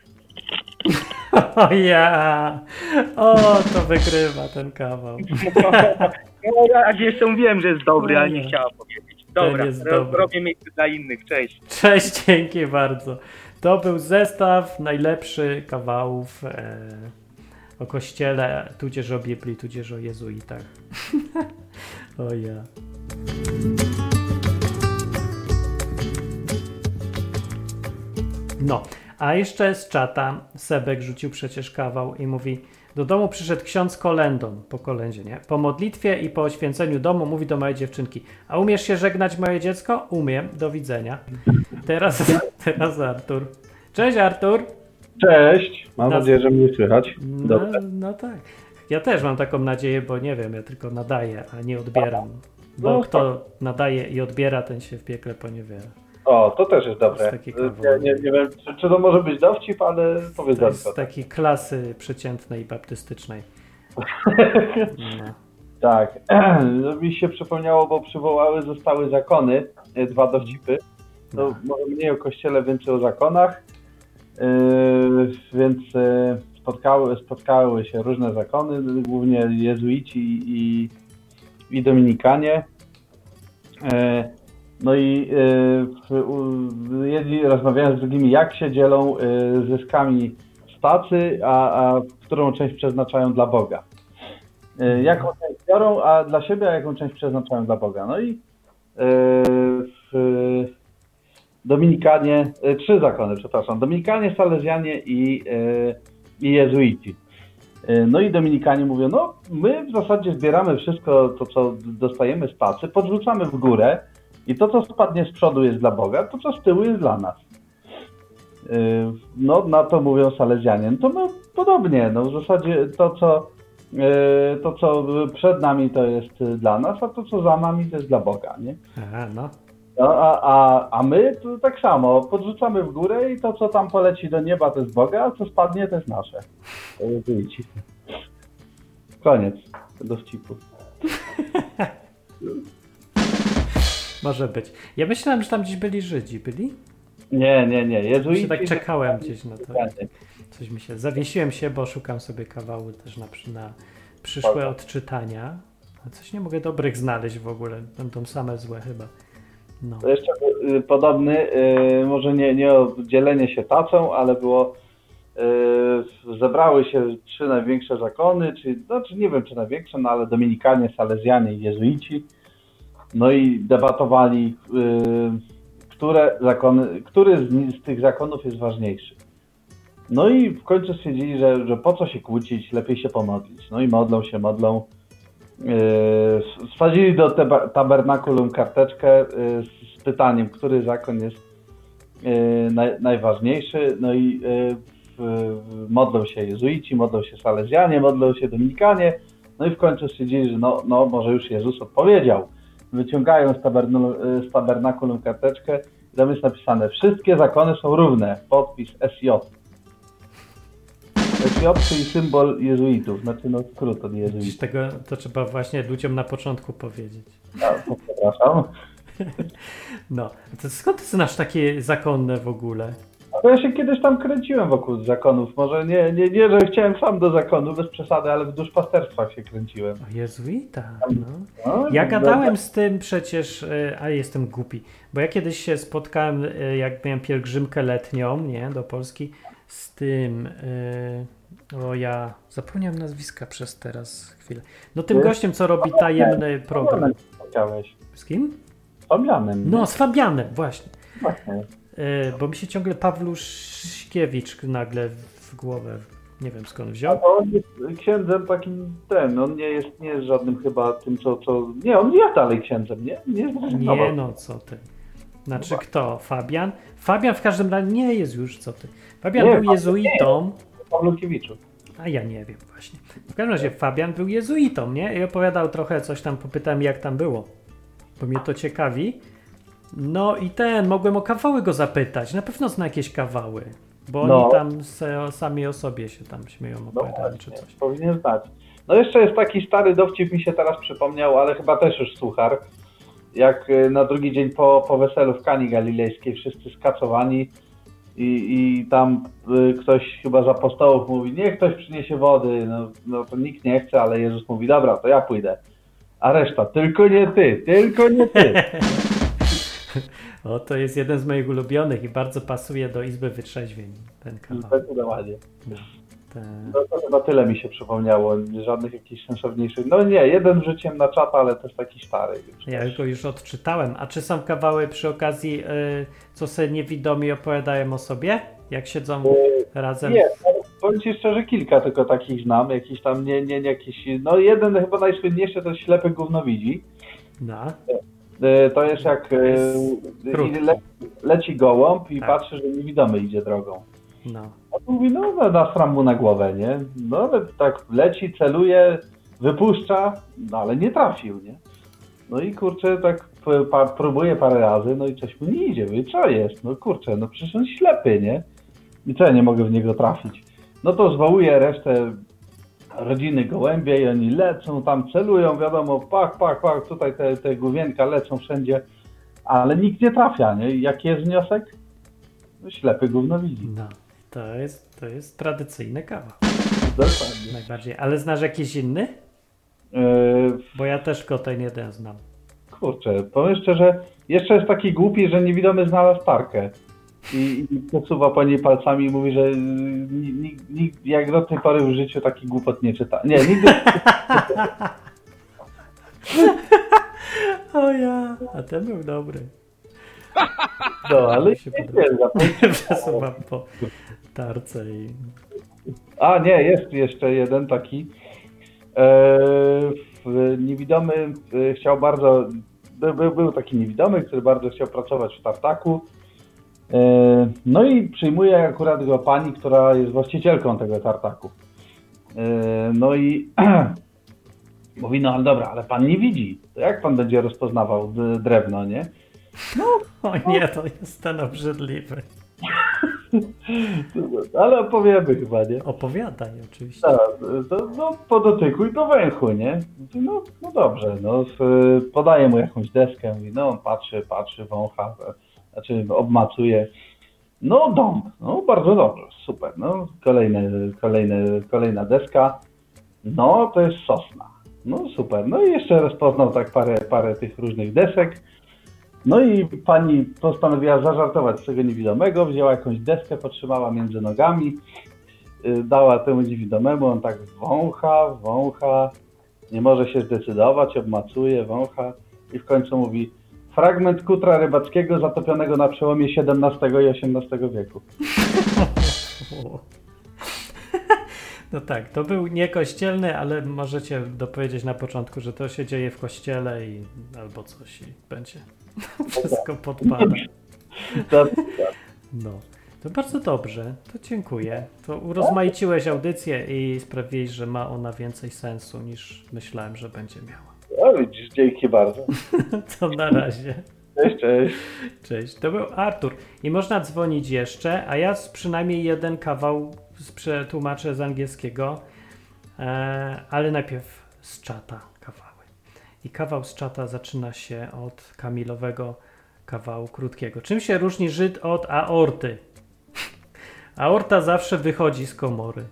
o ja! O, to wygrywa ten kawał. No, ja jeszcze mówiłem, że jest dobry, ale nie chciała powiedzieć. Dobra, jest dobry. robię miejsce dla innych. Cześć. Cześć, dzięki bardzo. To był zestaw najlepszych kawałów o Kościele, tudzież o Biblii, tudzież o jezuitach. O ja. No, a jeszcze z czata Sebek rzucił przecież kawał i mówi: do domu przyszedł ksiądz z kolendą, po kolędzie, nie? Po modlitwie i po oświęceniu domu mówi do mojej dziewczynki: a umiesz się żegnać, moje dziecko? Umiem, do widzenia. Teraz Artur. Cześć, Artur. Cześć, mam Nas- nadzieję, że mnie słychać. No, Dobrze. no tak. Ja też mam taką nadzieję, bo nie wiem, ja tylko nadaję, a nie odbieram. Bo No, kto nadaje i odbiera, ten się w piekle poniewiera. O, to też jest To dobre. jest taki kawał. Nie wiem, czy to może być dowcip, ale powiedz To jest to. takiej klasy przeciętnej baptystycznej. No. Tak. Mi się przypomniało, bo zostały zakony, 2 dowcipy. To No. może mniej o kościele, więcej o zakonach. Więc spotkały się różne zakony, głównie jezuici i dominikanie. No i jedni rozmawiają z drugimi, jak się dzielą zyskami z tacy, a którą część przeznaczają dla Boga. Jaką część biorą, a dla siebie, a jaką część przeznaczają dla Boga. No i w Dominikanie, 3 zakony, przepraszam, Dominikanie, Salezjanie i jezuici. No i Dominikanie mówią: no my w zasadzie zbieramy wszystko to, co dostajemy z tacy, podrzucamy w górę i to, co spadnie z przodu, jest dla Boga, to, co z tyłu, jest dla nas. No na to mówią Salezjanie: no to my podobnie, no w zasadzie to, co przed nami, to jest dla nas, a to, co za nami, to jest dla Boga, nie? Aha, no. No, a my to tak samo, podrzucamy w górę i to, co tam poleci do nieba, to jest Boga, a co spadnie, to jest nasze. To jest jezuici. Koniec dowcipu. Może być. Ja myślałem, że tam gdzieś byli Żydzi. Byli? Nie. Ja Jezuici. się tak czekałem gdzieś na to. Dokładnie. Coś mi się... Zawiesiłem się, bo szukam sobie kawału też na przyszłe Spoko. odczytania. Coś nie mogę dobrych znaleźć w ogóle. Będą same złe chyba. No. To jeszcze podobny, może nie o dzielenie się tacą, ale było, zebrały się 3 największe zakony, czy nie wiem czy największe, no ale Dominikanie, Salezjanie i Jezuici. No i debatowali, który z tych zakonów jest ważniejszy. No i w końcu stwierdzili, że po co się kłócić, lepiej się pomodlić. No i modlą. Wsadzili do tabernakulum karteczkę z pytaniem, który zakon jest najważniejszy. No i modlą się Jezuici, modlą się Salezjanie, modlą się Dominikanie. No i w końcu stwierdzili, że no może już Jezus odpowiedział. Wyciągają z tabernakulum karteczkę i tam jest napisane: wszystkie zakony są równe. Podpis SJ. SJ, czyli symbol jezuitów, znaczy skrót od jezuitów. Tego to trzeba właśnie ludziom na początku powiedzieć. Przepraszam. No, to skąd ty znasz takie zakonne w ogóle? To ja się kiedyś tam kręciłem wokół zakonów. Może nie, że chciałem sam do zakonu, bez przesady, ale w duszpasterstwach się kręciłem. O jezuita, no. Ja gadałem z tym przecież, ale jestem głupi, bo ja kiedyś się spotkałem, jak miałem pielgrzymkę letnią, nie, do Polski, z tym, ja zapomniałem nazwiska przez teraz chwilę. No tym gościem, co robi tajemny program. Z kim? Z Fabianem. No, z Fabianem, właśnie. Właśnie. Bo mi się ciągle Pawluszkiewicz nagle w głowę, nie wiem skąd wziął. On jest księdzem takim, on nie jest żadnym chyba tym, co... Nie, on jest dalej księdzem, nie? Nie, no co ty. Znaczy kto? Fabian? Fabian w każdym razie nie jest już, co ty. Fabian był jezuitą. Pawlukiewiczu. A ja nie wiem właśnie. W każdym razie Fabian był jezuitą, nie? I opowiadał trochę coś tam, popytałem jak tam było, bo mnie to ciekawi. No i mogłem o kawały go zapytać. Na pewno zna jakieś kawały, bo oni tam sami o sobie się tam śmieją, opowiadają czy coś. Powinien znać. No jeszcze jest taki stary dowcip, mi się teraz przypomniał, ale chyba też już suchar. Jak na drugi dzień po weselu w Kani Galilejskiej wszyscy skacowani i tam ktoś chyba z apostołów mówi: niech ktoś przyniesie wody. No to nikt nie chce, ale Jezus mówi: dobra, to ja pójdę. A reszta: tylko nie ty, tylko nie ty. O, to jest jeden z moich ulubionych i bardzo pasuje do Izby Wytrzeźwień, ten kawałek. Zdecydowanie. No to chyba tyle mi się przypomniało, żadnych jakichś sensowniejszych. No nie, jeden wrzuciłem na czata, ale to jest taki stary. Ja go już odczytałem. A czy są kawały przy okazji, co sobie niewidomi opowiadają o sobie? Jak siedzą razem? Nie, powiem ci szczerze, kilka tylko takich znam, jakiś tam, nie jakiś, no jeden chyba najsłynniejszy to jest Ślepy Gówno Widzi. No. To jest jak leci gołąb i patrzy, że niewidomy idzie drogą. No. A mówi: no nasram mu na głowę, nie? No ale tak leci, celuje, wypuszcza, no ale nie trafił, nie? No i kurczę, tak próbuje parę razy, no i coś mu nie idzie. Mówi: co jest? No kurczę, no przecież on ślepy, nie? I co, ja nie mogę w niego trafić? No to zwołuje resztę rodziny gołębie i oni lecą, tam celują, wiadomo, pach, tutaj te główienka lecą wszędzie, ale nikt nie trafia, nie? Jaki jest wniosek? No, Ślepy Gówno Widzi. No, to jest tradycyjny kawał. Dokładnie. Najbardziej. Ale znasz jakiś inny? Bo ja też tylko ten jeden znam. Kurczę, powiem szczerze, jeszcze jest taki głupi, że niewidomy znalazł tarkę. I przesuwa po niej palcami i mówi, że nikt jak do tej pory w życiu taki głupot nie czyta. Nie, nigdy. O ja, a ten był dobry. No, ale nie przesuwam po tarce i... A nie, jest jeszcze jeden taki. Niewidomy chciał bardzo... Był taki niewidomy, który bardzo chciał pracować w tartaku. No i przyjmuje akurat go pani, która jest właścicielką tego tartaku. No i mówi: no ale dobra, ale pan nie widzi. To jak pan będzie rozpoznawał drewno, nie? No, o nie, to jest ten obrzydliwy. Ale opowiemy chyba, nie? Opowiadaj oczywiście. Tak, no po dotyku i do węchu, nie? No dobrze, no podaje mu jakąś deskę, mówi, no on patrzy, wącha, znaczy obmacuje. No dąb, no bardzo dobrze, super, no kolejna deska. No to jest sosna. No super. No i jeszcze rozpoznał tak parę tych różnych desek. No i pani postanowiła zażartować z tego niewidomego, wzięła jakąś deskę, potrzymała między nogami, dała temu niewidomemu, on tak wącha, nie może się zdecydować, obmacuje, wącha i w końcu mówi: fragment kutra rybackiego zatopionego na przełomie XVII i XVIII wieku. No tak, to był niekościelny, ale możecie dopowiedzieć na początku, że to się dzieje w kościele albo coś i będzie wszystko podpada. No, to bardzo dobrze, to dziękuję. To urozmaiciłeś audycję i sprawiłeś, że ma ona więcej sensu niż myślałem, że będzie miała. No widzisz, dzięki bardzo. To na razie. Cześć. Cześć, to był Artur. I można dzwonić jeszcze, a ja przynajmniej jeden kawał przetłumaczę z angielskiego, ale najpierw z czata kawały. I kawał z czata zaczyna się od Kamilowego kawału krótkiego. Czym się różni Żyd od aorty? Aorta zawsze wychodzi z komory.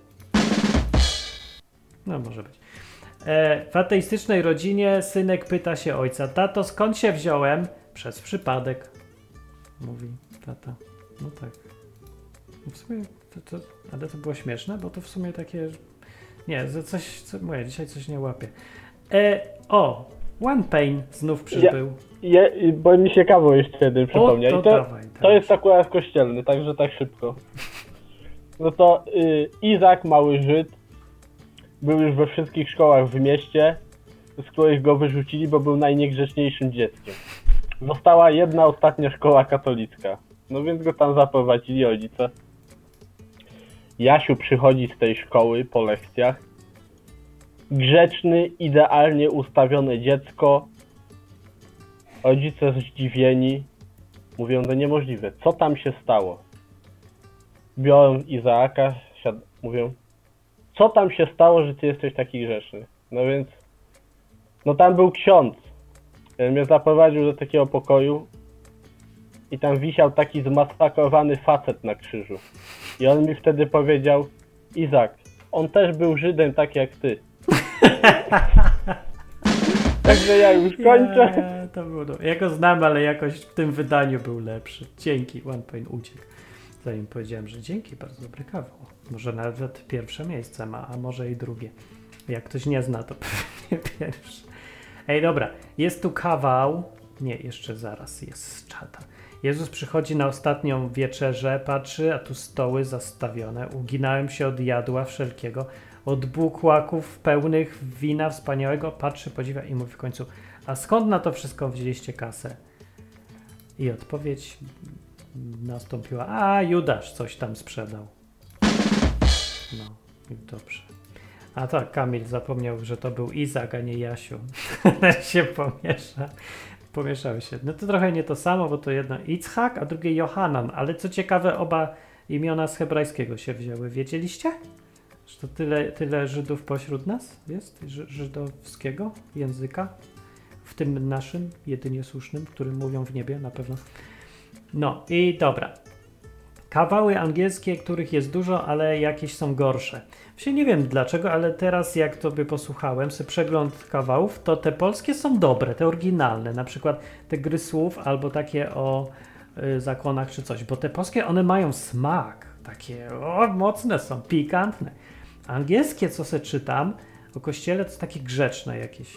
No może być. W ateistycznej rodzinie synek pyta się ojca: tato, skąd się wziąłem? Przez przypadek. Mówi tata. No tak. No w sumie ale to było śmieszne, bo to w sumie takie... Nie, mówię, dzisiaj coś nie łapię. One Pain znów przybył. Bo mi się kawał jeszcze jeden przypomniał. To jest akurat kościelny, także tak szybko. No to Izak, mały Żyd, był już we wszystkich szkołach w mieście, z których go wyrzucili, bo był najniegrzeczniejszym dzieckiem. Została jedna ostatnia szkoła katolicka. No więc go tam zaprowadzili rodzice. Jasiu przychodzi z tej szkoły po lekcjach. Grzeczny, idealnie ustawione dziecko. Rodzice zdziwieni. Mówią: to niemożliwe. Co tam się stało? Biorą Izaaka, mówią: co tam się stało, że ty jesteś taki grzeczny? No więc... No tam był ksiądz. Mnie zaprowadził do takiego pokoju i tam wisiał taki zmasakrowany facet na krzyżu. I on mi wtedy powiedział: Izak, on też był Żydem tak jak ty. Także ja już kończę. To było dobre. Ja go znam, ale jakoś w tym wydaniu był lepszy. Dzięki, One Pain uciekł. Zanim powiedziałem, że dzięki, bardzo dobry kawał. Może nawet pierwsze miejsce ma, a może i drugie. Jak ktoś nie zna, to pewnie pierwsze. Ej, dobra, jest tu kawał. Nie, jeszcze zaraz jest z czata. Jezus przychodzi na ostatnią wieczerzę, patrzy, a tu stoły zastawione. Uginałem się od jadła wszelkiego, od bukłaków pełnych wina wspaniałego. Patrzy, podziwia i mówi w końcu: a skąd na to wszystko wzięliście kasę? I odpowiedź nastąpiła: a Judasz coś tam sprzedał. No, i dobrze. A tak, Kamil zapomniał, że to był Izak, a nie Jasiu. się pomieszały się. No to trochę nie to samo, bo to jedno Itzhak, a drugie Johanan, ale co ciekawe, oba imiona z hebrajskiego się wzięły. Wiedzieliście? Że to tyle Żydów pośród nas jest? Żydowskiego języka? W tym naszym, jedynie słusznym, którym mówią w niebie na pewno. No i dobra. Kawały angielskie, których jest dużo, ale jakieś są gorsze. Właśnie nie wiem dlaczego, ale teraz jak tobie posłuchałem, sobie przegląd kawałów, to te polskie są dobre, te oryginalne, na przykład te gry słów albo takie o zakonach czy coś, bo te polskie one mają smak, takie mocne są, pikantne. Angielskie, co se czytam o kościele, to jest takie grzeczne jakieś,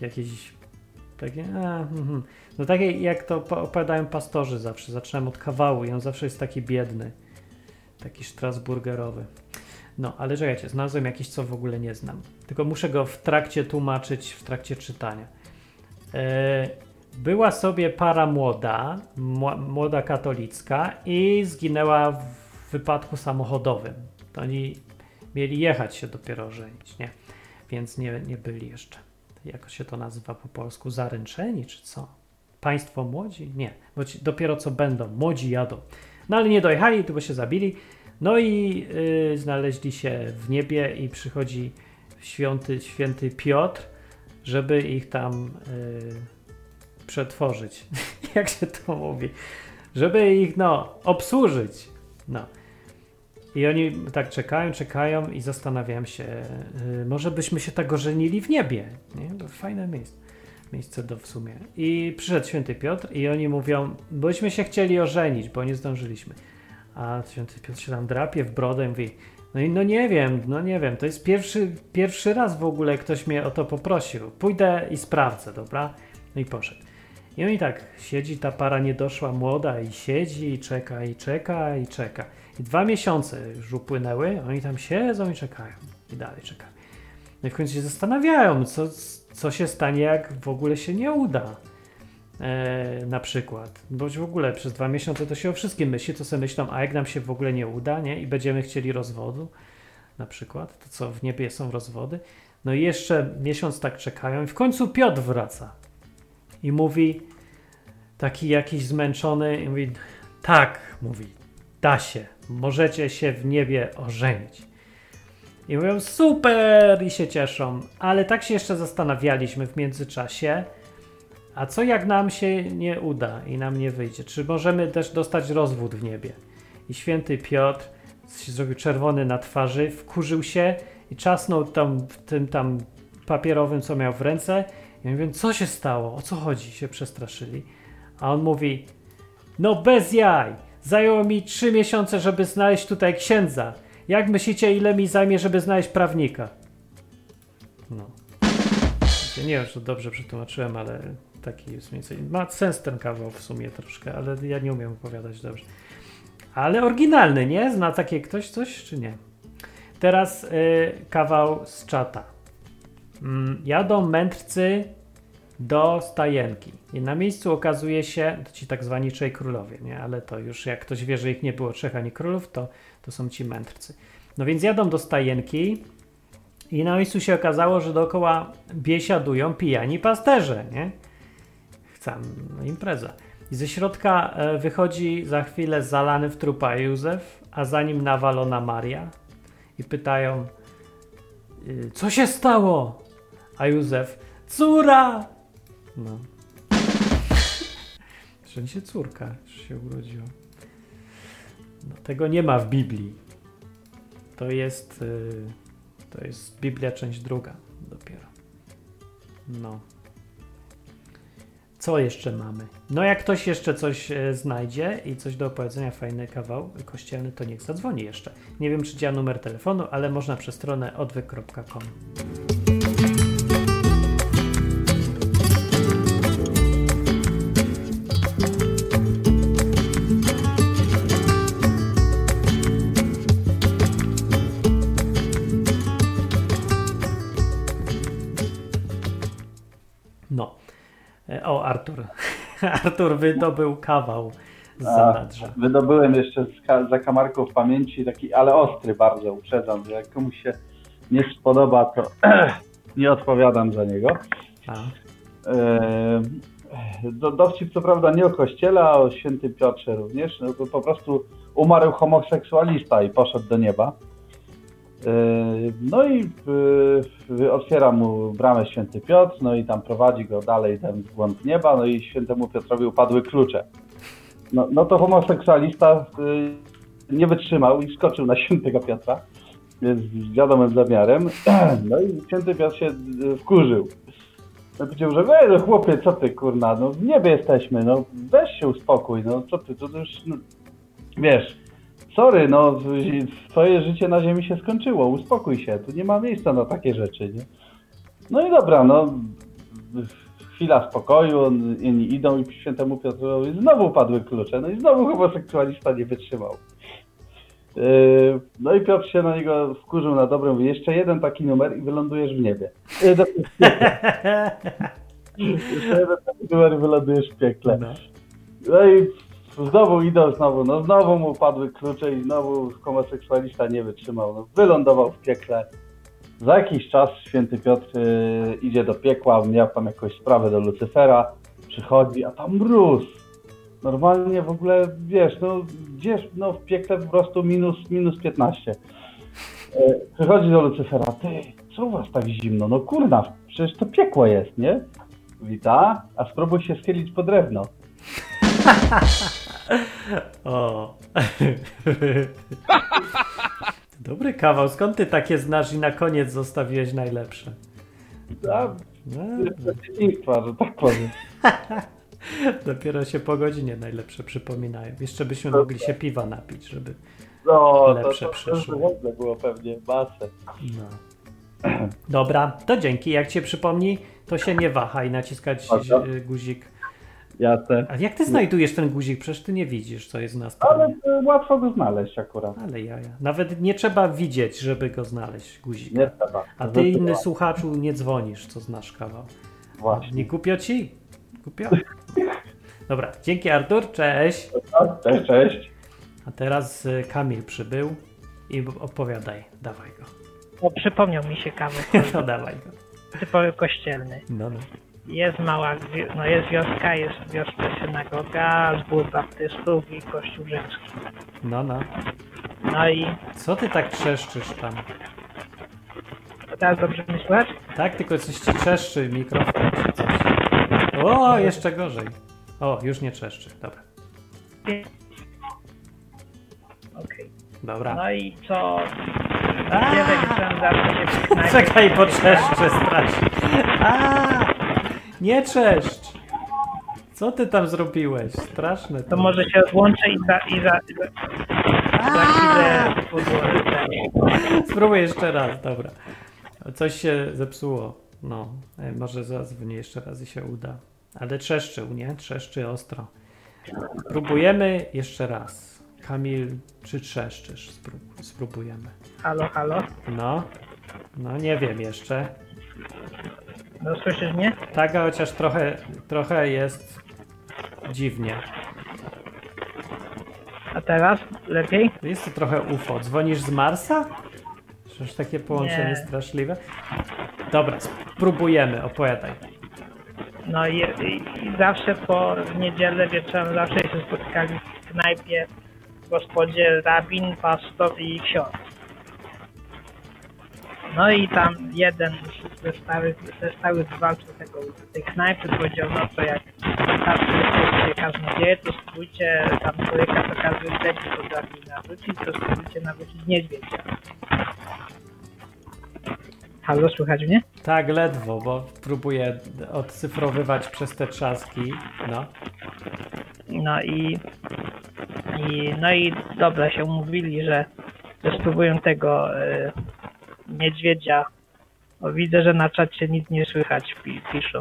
no takie jak to opowiadają pastorzy zawsze, zaczynam od kawału i on zawsze jest taki biedny, taki strasburgerowy. No, ale czekajcie, znalazłem jakiś, co w ogóle nie znam. Tylko muszę go w trakcie tłumaczyć, w trakcie czytania. Była sobie para młoda katolicka i zginęła w wypadku samochodowym. To oni mieli jechać się dopiero żenić, nie? Więc nie byli jeszcze. Jak się to nazywa po polsku? Zaręczeni czy co? Państwo młodzi? Nie, bo dopiero co będą. Młodzi jadą. No ale nie dojechali, tylko się zabili. No i znaleźli się w niebie i przychodzi święty Piotr, żeby ich tam przetworzyć. Jak się to mówi? Żeby ich, obsłużyć. No. I oni tak czekają i zastanawiam się, może byśmy się tak ożenili w niebie, nie? To fajne miejsce w sumie. I przyszedł święty Piotr i oni mówią, bośmy się chcieli ożenić, bo nie zdążyliśmy. A święty Piotr się tam drapie w brodę i mówi, no nie wiem, to jest pierwszy raz w ogóle ktoś mnie o to poprosił. Pójdę i sprawdzę, dobra? No i poszedł. I oni tak, siedzi ta para niedoszła młoda i siedzi i czeka. I 2 miesiące już upłynęły, oni tam siedzą i czekają. I dalej czekają. No i w końcu się zastanawiają, co się stanie, jak w ogóle się nie uda. Na przykład. Bo w ogóle przez 2 miesiące to się o wszystkim myśli, to sobie myślą, a jak nam się w ogóle nie uda, nie? I będziemy chcieli rozwodu, na przykład, to co w niebie są rozwody. No i jeszcze miesiąc tak czekają i w końcu Piotr wraca. I mówi, taki jakiś zmęczony, i mówi, tak, mówi, da się, możecie się w niebie ożenić. I mówią, super, i się cieszą, ale tak się jeszcze zastanawialiśmy w międzyczasie, a co jak nam się nie uda i nam nie wyjdzie? Czy możemy też dostać rozwód w niebie? I święty Piotr się zrobił czerwony na twarzy, wkurzył się i czasnął tym papierowym, co miał w ręce. I mówię, co się stało? O co chodzi? Się przestraszyli. A on mówi, no bez jaj, zajęło mi 3 miesiące, żeby znaleźć tutaj księdza. Jak myślicie, ile mi zajmie, żeby znaleźć prawnika? No. Nie wiem, czy dobrze przetłumaczyłem, ale taki jest mniej więcej. Ma sens ten kawał w sumie troszkę, ale ja nie umiem opowiadać dobrze. Ale oryginalny, nie? Zna takie ktoś coś, czy nie? Teraz kawał z czata. Jadą mędrcy do stajenki i na miejscu okazuje się, to ci tak zwani trzej królowie, nie? Ale to już jak ktoś wie, że ich nie było 3 ani królów, to są ci mędrcy. No więc jadą do stajenki i na miejscu się okazało, że dookoła biesiadują pijani pasterze, nie? Impreza. I ze środka wychodzi za chwilę zalany w trupa Józef, a za nim nawalona Maria i pytają, co się stało? A Józef, córa! No. Że się córka się urodziła. No, tego nie ma w Biblii. To jest Biblia, część 2 dopiero. No. Co jeszcze mamy? No jak ktoś jeszcze coś znajdzie i coś do opowiedzenia, fajny kawał kościelny, to niech zadzwoni jeszcze. Nie wiem, czy działa numer telefonu, ale można przez stronę odwyk.com. No. O, Artur. Artur wydobył kawał z zanadrza. Wydobyłem jeszcze z zakamarków pamięci taki, ale ostry bardzo, uprzedzam, że jak komuś się nie spodoba, to nie odpowiadam za niego. Dowcip co prawda nie o kościele, a o świętym Piotrze również. No, to po prostu umarł homoseksualista i poszedł do nieba. No i otwiera mu bramę święty Piotr, no i tam prowadzi go dalej ten w głąb nieba, no i świętemu Piotrowi upadły klucze. No to homoseksualista nie wytrzymał i skoczył na świętego Piotra z wiadomym zamiarem. No i święty Piotr się wkurzył. No powiedział, że no chłopie, co ty kurna, no w niebie jesteśmy, no weź się uspokój, no co ty, to już, no, wiesz, sorry, no twoje życie na ziemi się skończyło, uspokój się, tu nie ma miejsca na takie rzeczy, nie? No i dobra, no chwila spokoju, oni idą i świętemu Piotrowi znowu padły klucze, no i znowu homoseksualista nie wytrzymał. No i Piotr się na niego wkurzył na dobre, mówi, jeszcze jeden taki numer i wylądujesz w niebie. Jeszcze jeden taki numer i wylądujesz w piekle. No i znowu idą, znowu mu padły klucze i znowu homoseksualista nie wytrzymał. No, wylądował w piekle. Za jakiś czas święty Piotr idzie do piekła, miał tam jakąś sprawę do Lucyfera, przychodzi, a tam mróz. Normalnie w ogóle, wiesz, no gdzieś w piekle po prostu minus 15. Przychodzi do Lucyfera, ty, co u was tak zimno? No kurna, przecież to piekło jest, nie? Wita, a spróbuj się schylić po drewno. O. Dobry kawał. Skąd ty takie znasz i na koniec zostawiłeś najlepsze? A, No, dzieciństwa, że tak powiem. dopiero się po godzinie najlepsze przypominają. Jeszcze byśmy mogli się piwa napić, żeby... No, Lepsze to przyszły. w ogóle było pewnie masę. No. Dobra, to dzięki. Jak cię przypomni, to się nie wahaj naciskać guzik. Jasne. A jak ty znajdujesz ten guzik? Przecież ty nie widzisz, co jest na stronie. Ale łatwo go znaleźć akurat. Ale jaja. Nawet nie trzeba widzieć, żeby go znaleźć, guzika. Nie trzeba. A ty, inny słuchaczu, nie dzwonisz, co znasz kawał. Właśnie. Nie kupią ci. Kupią. Dobra, dzięki Artur, cześć. Cześć, cześć. A teraz Kamil przybył i opowiadaj, dawaj go. Bo przypomniał mi się kawał No dawaj go. typowy kościelny. No. Jest jest wioska, jest w wiosce synagoga, zbór baptystów i kościół rzymski. No. No i Co ty tak trzeszczysz tam? teraz dobrze mi słychać? Tak, tylko coś ci trzeszczy mikrofon czy coś. O, jeszcze gorzej. O, już nie trzeszczy, dobra. Okej. Dobra. No i co? Niedzielę wieczorem zawsze się w knajpie... Czekaj, bo trzeszczę strasznie. Nie trzeszcz! Co ty tam zrobiłeś? Straszne. To może się odłączę i za chwilę Spróbuj jeszcze raz, dobra. Coś się zepsuło. No, może zadzwonię jeszcze raz i się uda. Ale trzeszczył, nie? Trzeszczy ostro. Próbujemy jeszcze raz. Kamil, czy trzeszczysz? Spróbujemy. Halo, halo? No nie wiem jeszcze. No słyszysz mnie? Tak, a chociaż trochę jest dziwnie. A teraz? Lepiej? Jest to trochę UFO. Dzwonisz z Marsa? Przecież takie połączenie Nie. straszliwe. Dobra, spróbujemy, opowiadaj. No i zawsze po niedzielę wieczorem zawsze się spotykali w knajpie, w gospodzie rabin, pastor i ksiądz. No i tam jeden ze stałych walczył tej knajpy powiedział, no to jak kaznodzieje, to spróbujcie tam człowieka, to każdy wtedy potrafi nawrócić, to spróbujcie nawrócić niedźwiedzia. Halo, słychać mnie? Tak, ledwo, bo próbuję odcyfrowywać przez te trzaski. No. No i dobra, się umówili, że spróbują tego niedźwiedzia. O, widzę, że na czacie nic nie słychać, piszą.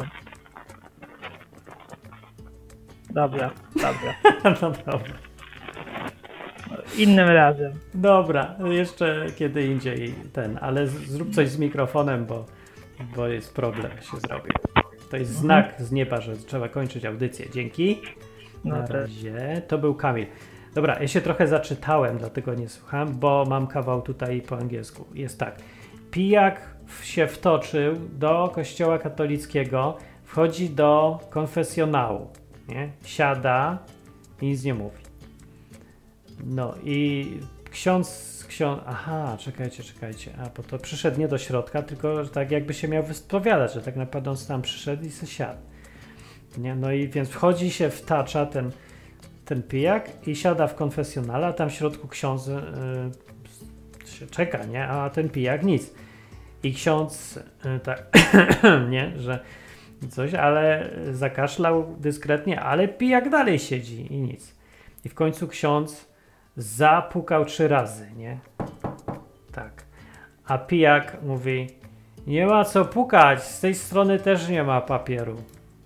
Dobra. No dobra. Innym razem. Dobra, jeszcze kiedy indziej ale zrób coś z mikrofonem, bo jest problem się zrobił. To jest znak z nieba, że trzeba kończyć audycję. Dzięki. No Na to- razie. To był Kamil. Dobra, ja się trochę zaczytałem, dlatego nie słucham, bo mam kawał tutaj po angielsku. Jest tak. Pijak się wtoczył do kościoła katolickiego, wchodzi do konfesjonału, nie? Siada i nic nie mówi. No i ksiądz, aha, czekajcie, bo to przyszedł nie do środka, tylko tak jakby się miał wyspowiadać, że tak naprawdę on tam przyszedł i se siadł. Nie? No i więc wchodzi się, wtacza ten pijak i siada w konfesjonale, a tam w środku ksiądz się czeka, nie? A ten pijak nic. I ksiądz tak, nie, że coś, ale zakaszlał dyskretnie, ale pijak dalej siedzi i nic. I w końcu ksiądz zapukał 3 razy, nie? Tak. A pijak mówi, nie ma co pukać, z tej strony też nie ma papieru.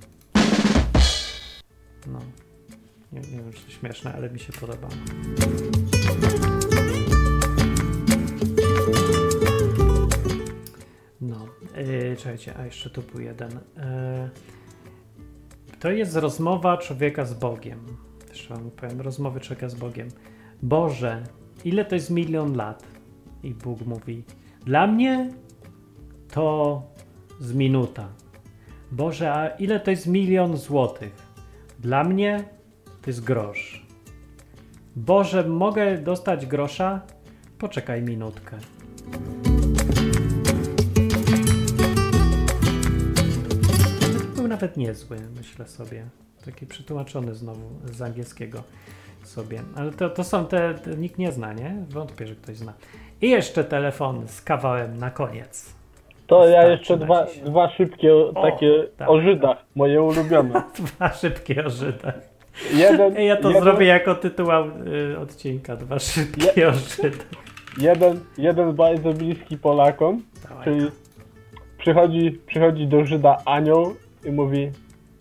No. Nie wiem, czy to śmieszne, ale mi się podoba. No. Czekajcie, a jeszcze tu był jeden. To jest rozmowa człowieka z Bogiem. Jeszcze wam powiem, rozmowy człowieka z Bogiem. Boże, ile to jest 1 000 000 lat? I Bóg mówi, dla mnie to z minuta. Boże, a ile to jest 1 000 000 złotych? Dla mnie to jest grosz. Boże, mogę dostać grosza? Poczekaj minutkę. Był nawet niezły, myślę sobie. Taki przetłumaczony znowu z angielskiego sobie. Ale to są te nikt nie zna, nie? Wątpię, że ktoś zna. I jeszcze telefon z kawałem na koniec. To ja Starczy jeszcze na dzisiaj. dwa szybkie takie tak. o Żydach, moje ulubione. 2 szybkie o Żydach. Jeden, Ja to zrobię jako tytuł odcinka. 2 szybkie o Żydach. jeden bardzo bliski Polakom, Dawaj. czyli przychodzi do Żyda anioł i mówi: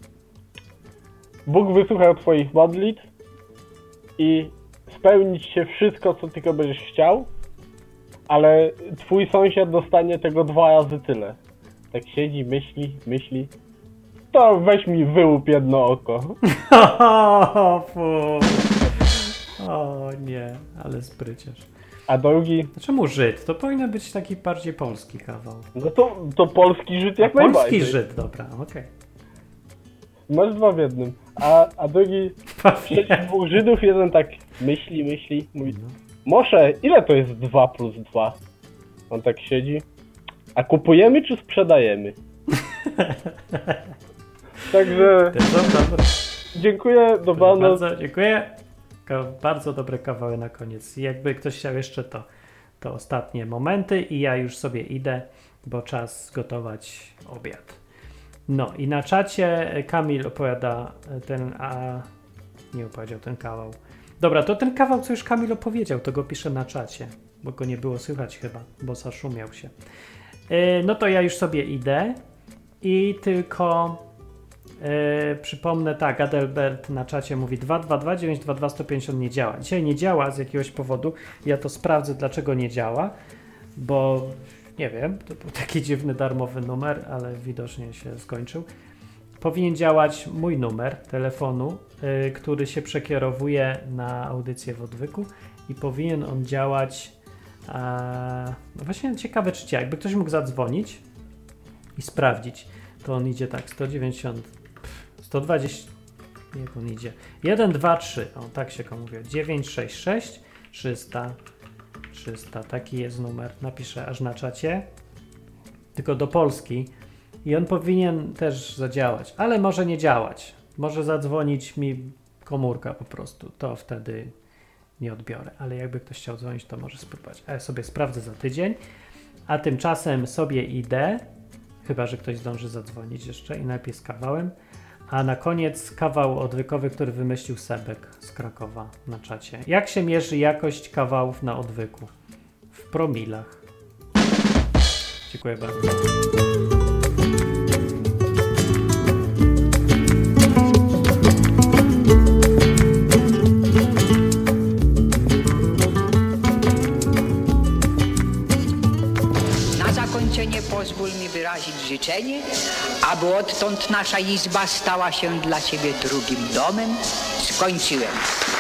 Bóg wysłuchał twoich modlitw i spełnić się wszystko, co tylko będziesz chciał, ale twój sąsiad dostanie tego 2 razy tyle. Tak siedzi, myśli. To weź mi wyłup jedno oko. O, fu. O nie, ale spryciarz. A drugi, Czemu Żyd? To powinien być taki bardziej polski kawał. no to polski Żyd jak Polski najbardziej. Żyd, dobra, okej. Masz 2 w jednym. A drugi, przecież 2 Żydów, jeden tak myśli, mówi: Mosze, ile to jest 2 plus 2? On tak siedzi. A kupujemy czy sprzedajemy? Także To są dobre. dziękuję, dobranoc. Bardzo dziękuję. Bardzo dobre kawały na koniec. I jakby ktoś chciał jeszcze to ostatnie momenty i ja już sobie idę, bo czas gotować obiad. No i na czacie Kamil opowiada nie opowiedział ten kawał. Dobra, to ten kawał, co już Kamil opowiedział, to go piszę na czacie, bo go nie było słychać chyba, bo zaszumiał się. No to ja już sobie idę i tylko przypomnę, tak, Adelbert na czacie mówi 222-922-150 nie działa. Dzisiaj nie działa z jakiegoś powodu. Ja to sprawdzę, dlaczego nie działa, bo nie wiem, to był taki dziwny darmowy numer, ale widocznie się skończył. Powinien działać mój numer telefonu, który się przekierowuje na audycję w odwyku i powinien on działać no właśnie ciekawe, czy działa. Jakby ktoś mógł zadzwonić i sprawdzić, to on idzie tak 120, jak on idzie? 1, 2, 3, o tak się komu mówi, 966 300, taki jest numer, napiszę aż na czacie, tylko do Polski i on powinien też zadziałać, ale może nie działać, może zadzwonić mi komórka po prostu, to wtedy nie odbiorę, ale jakby ktoś chciał dzwonić, to może spróbować, a ja sobie sprawdzę za tydzień, a tymczasem sobie idę, chyba że ktoś zdąży zadzwonić jeszcze i najpierw z kawałem. A na koniec kawał odwykowy, który wymyślił Sebek z Krakowa na czacie. Jak się mierzy jakość kawałów na odwyku? W promilach. Dziękuję bardzo. Na zakończenie pozwól mi wyrazić życzenie, aby odtąd nasza izba stała się dla Ciebie drugim domem. Skończyłem.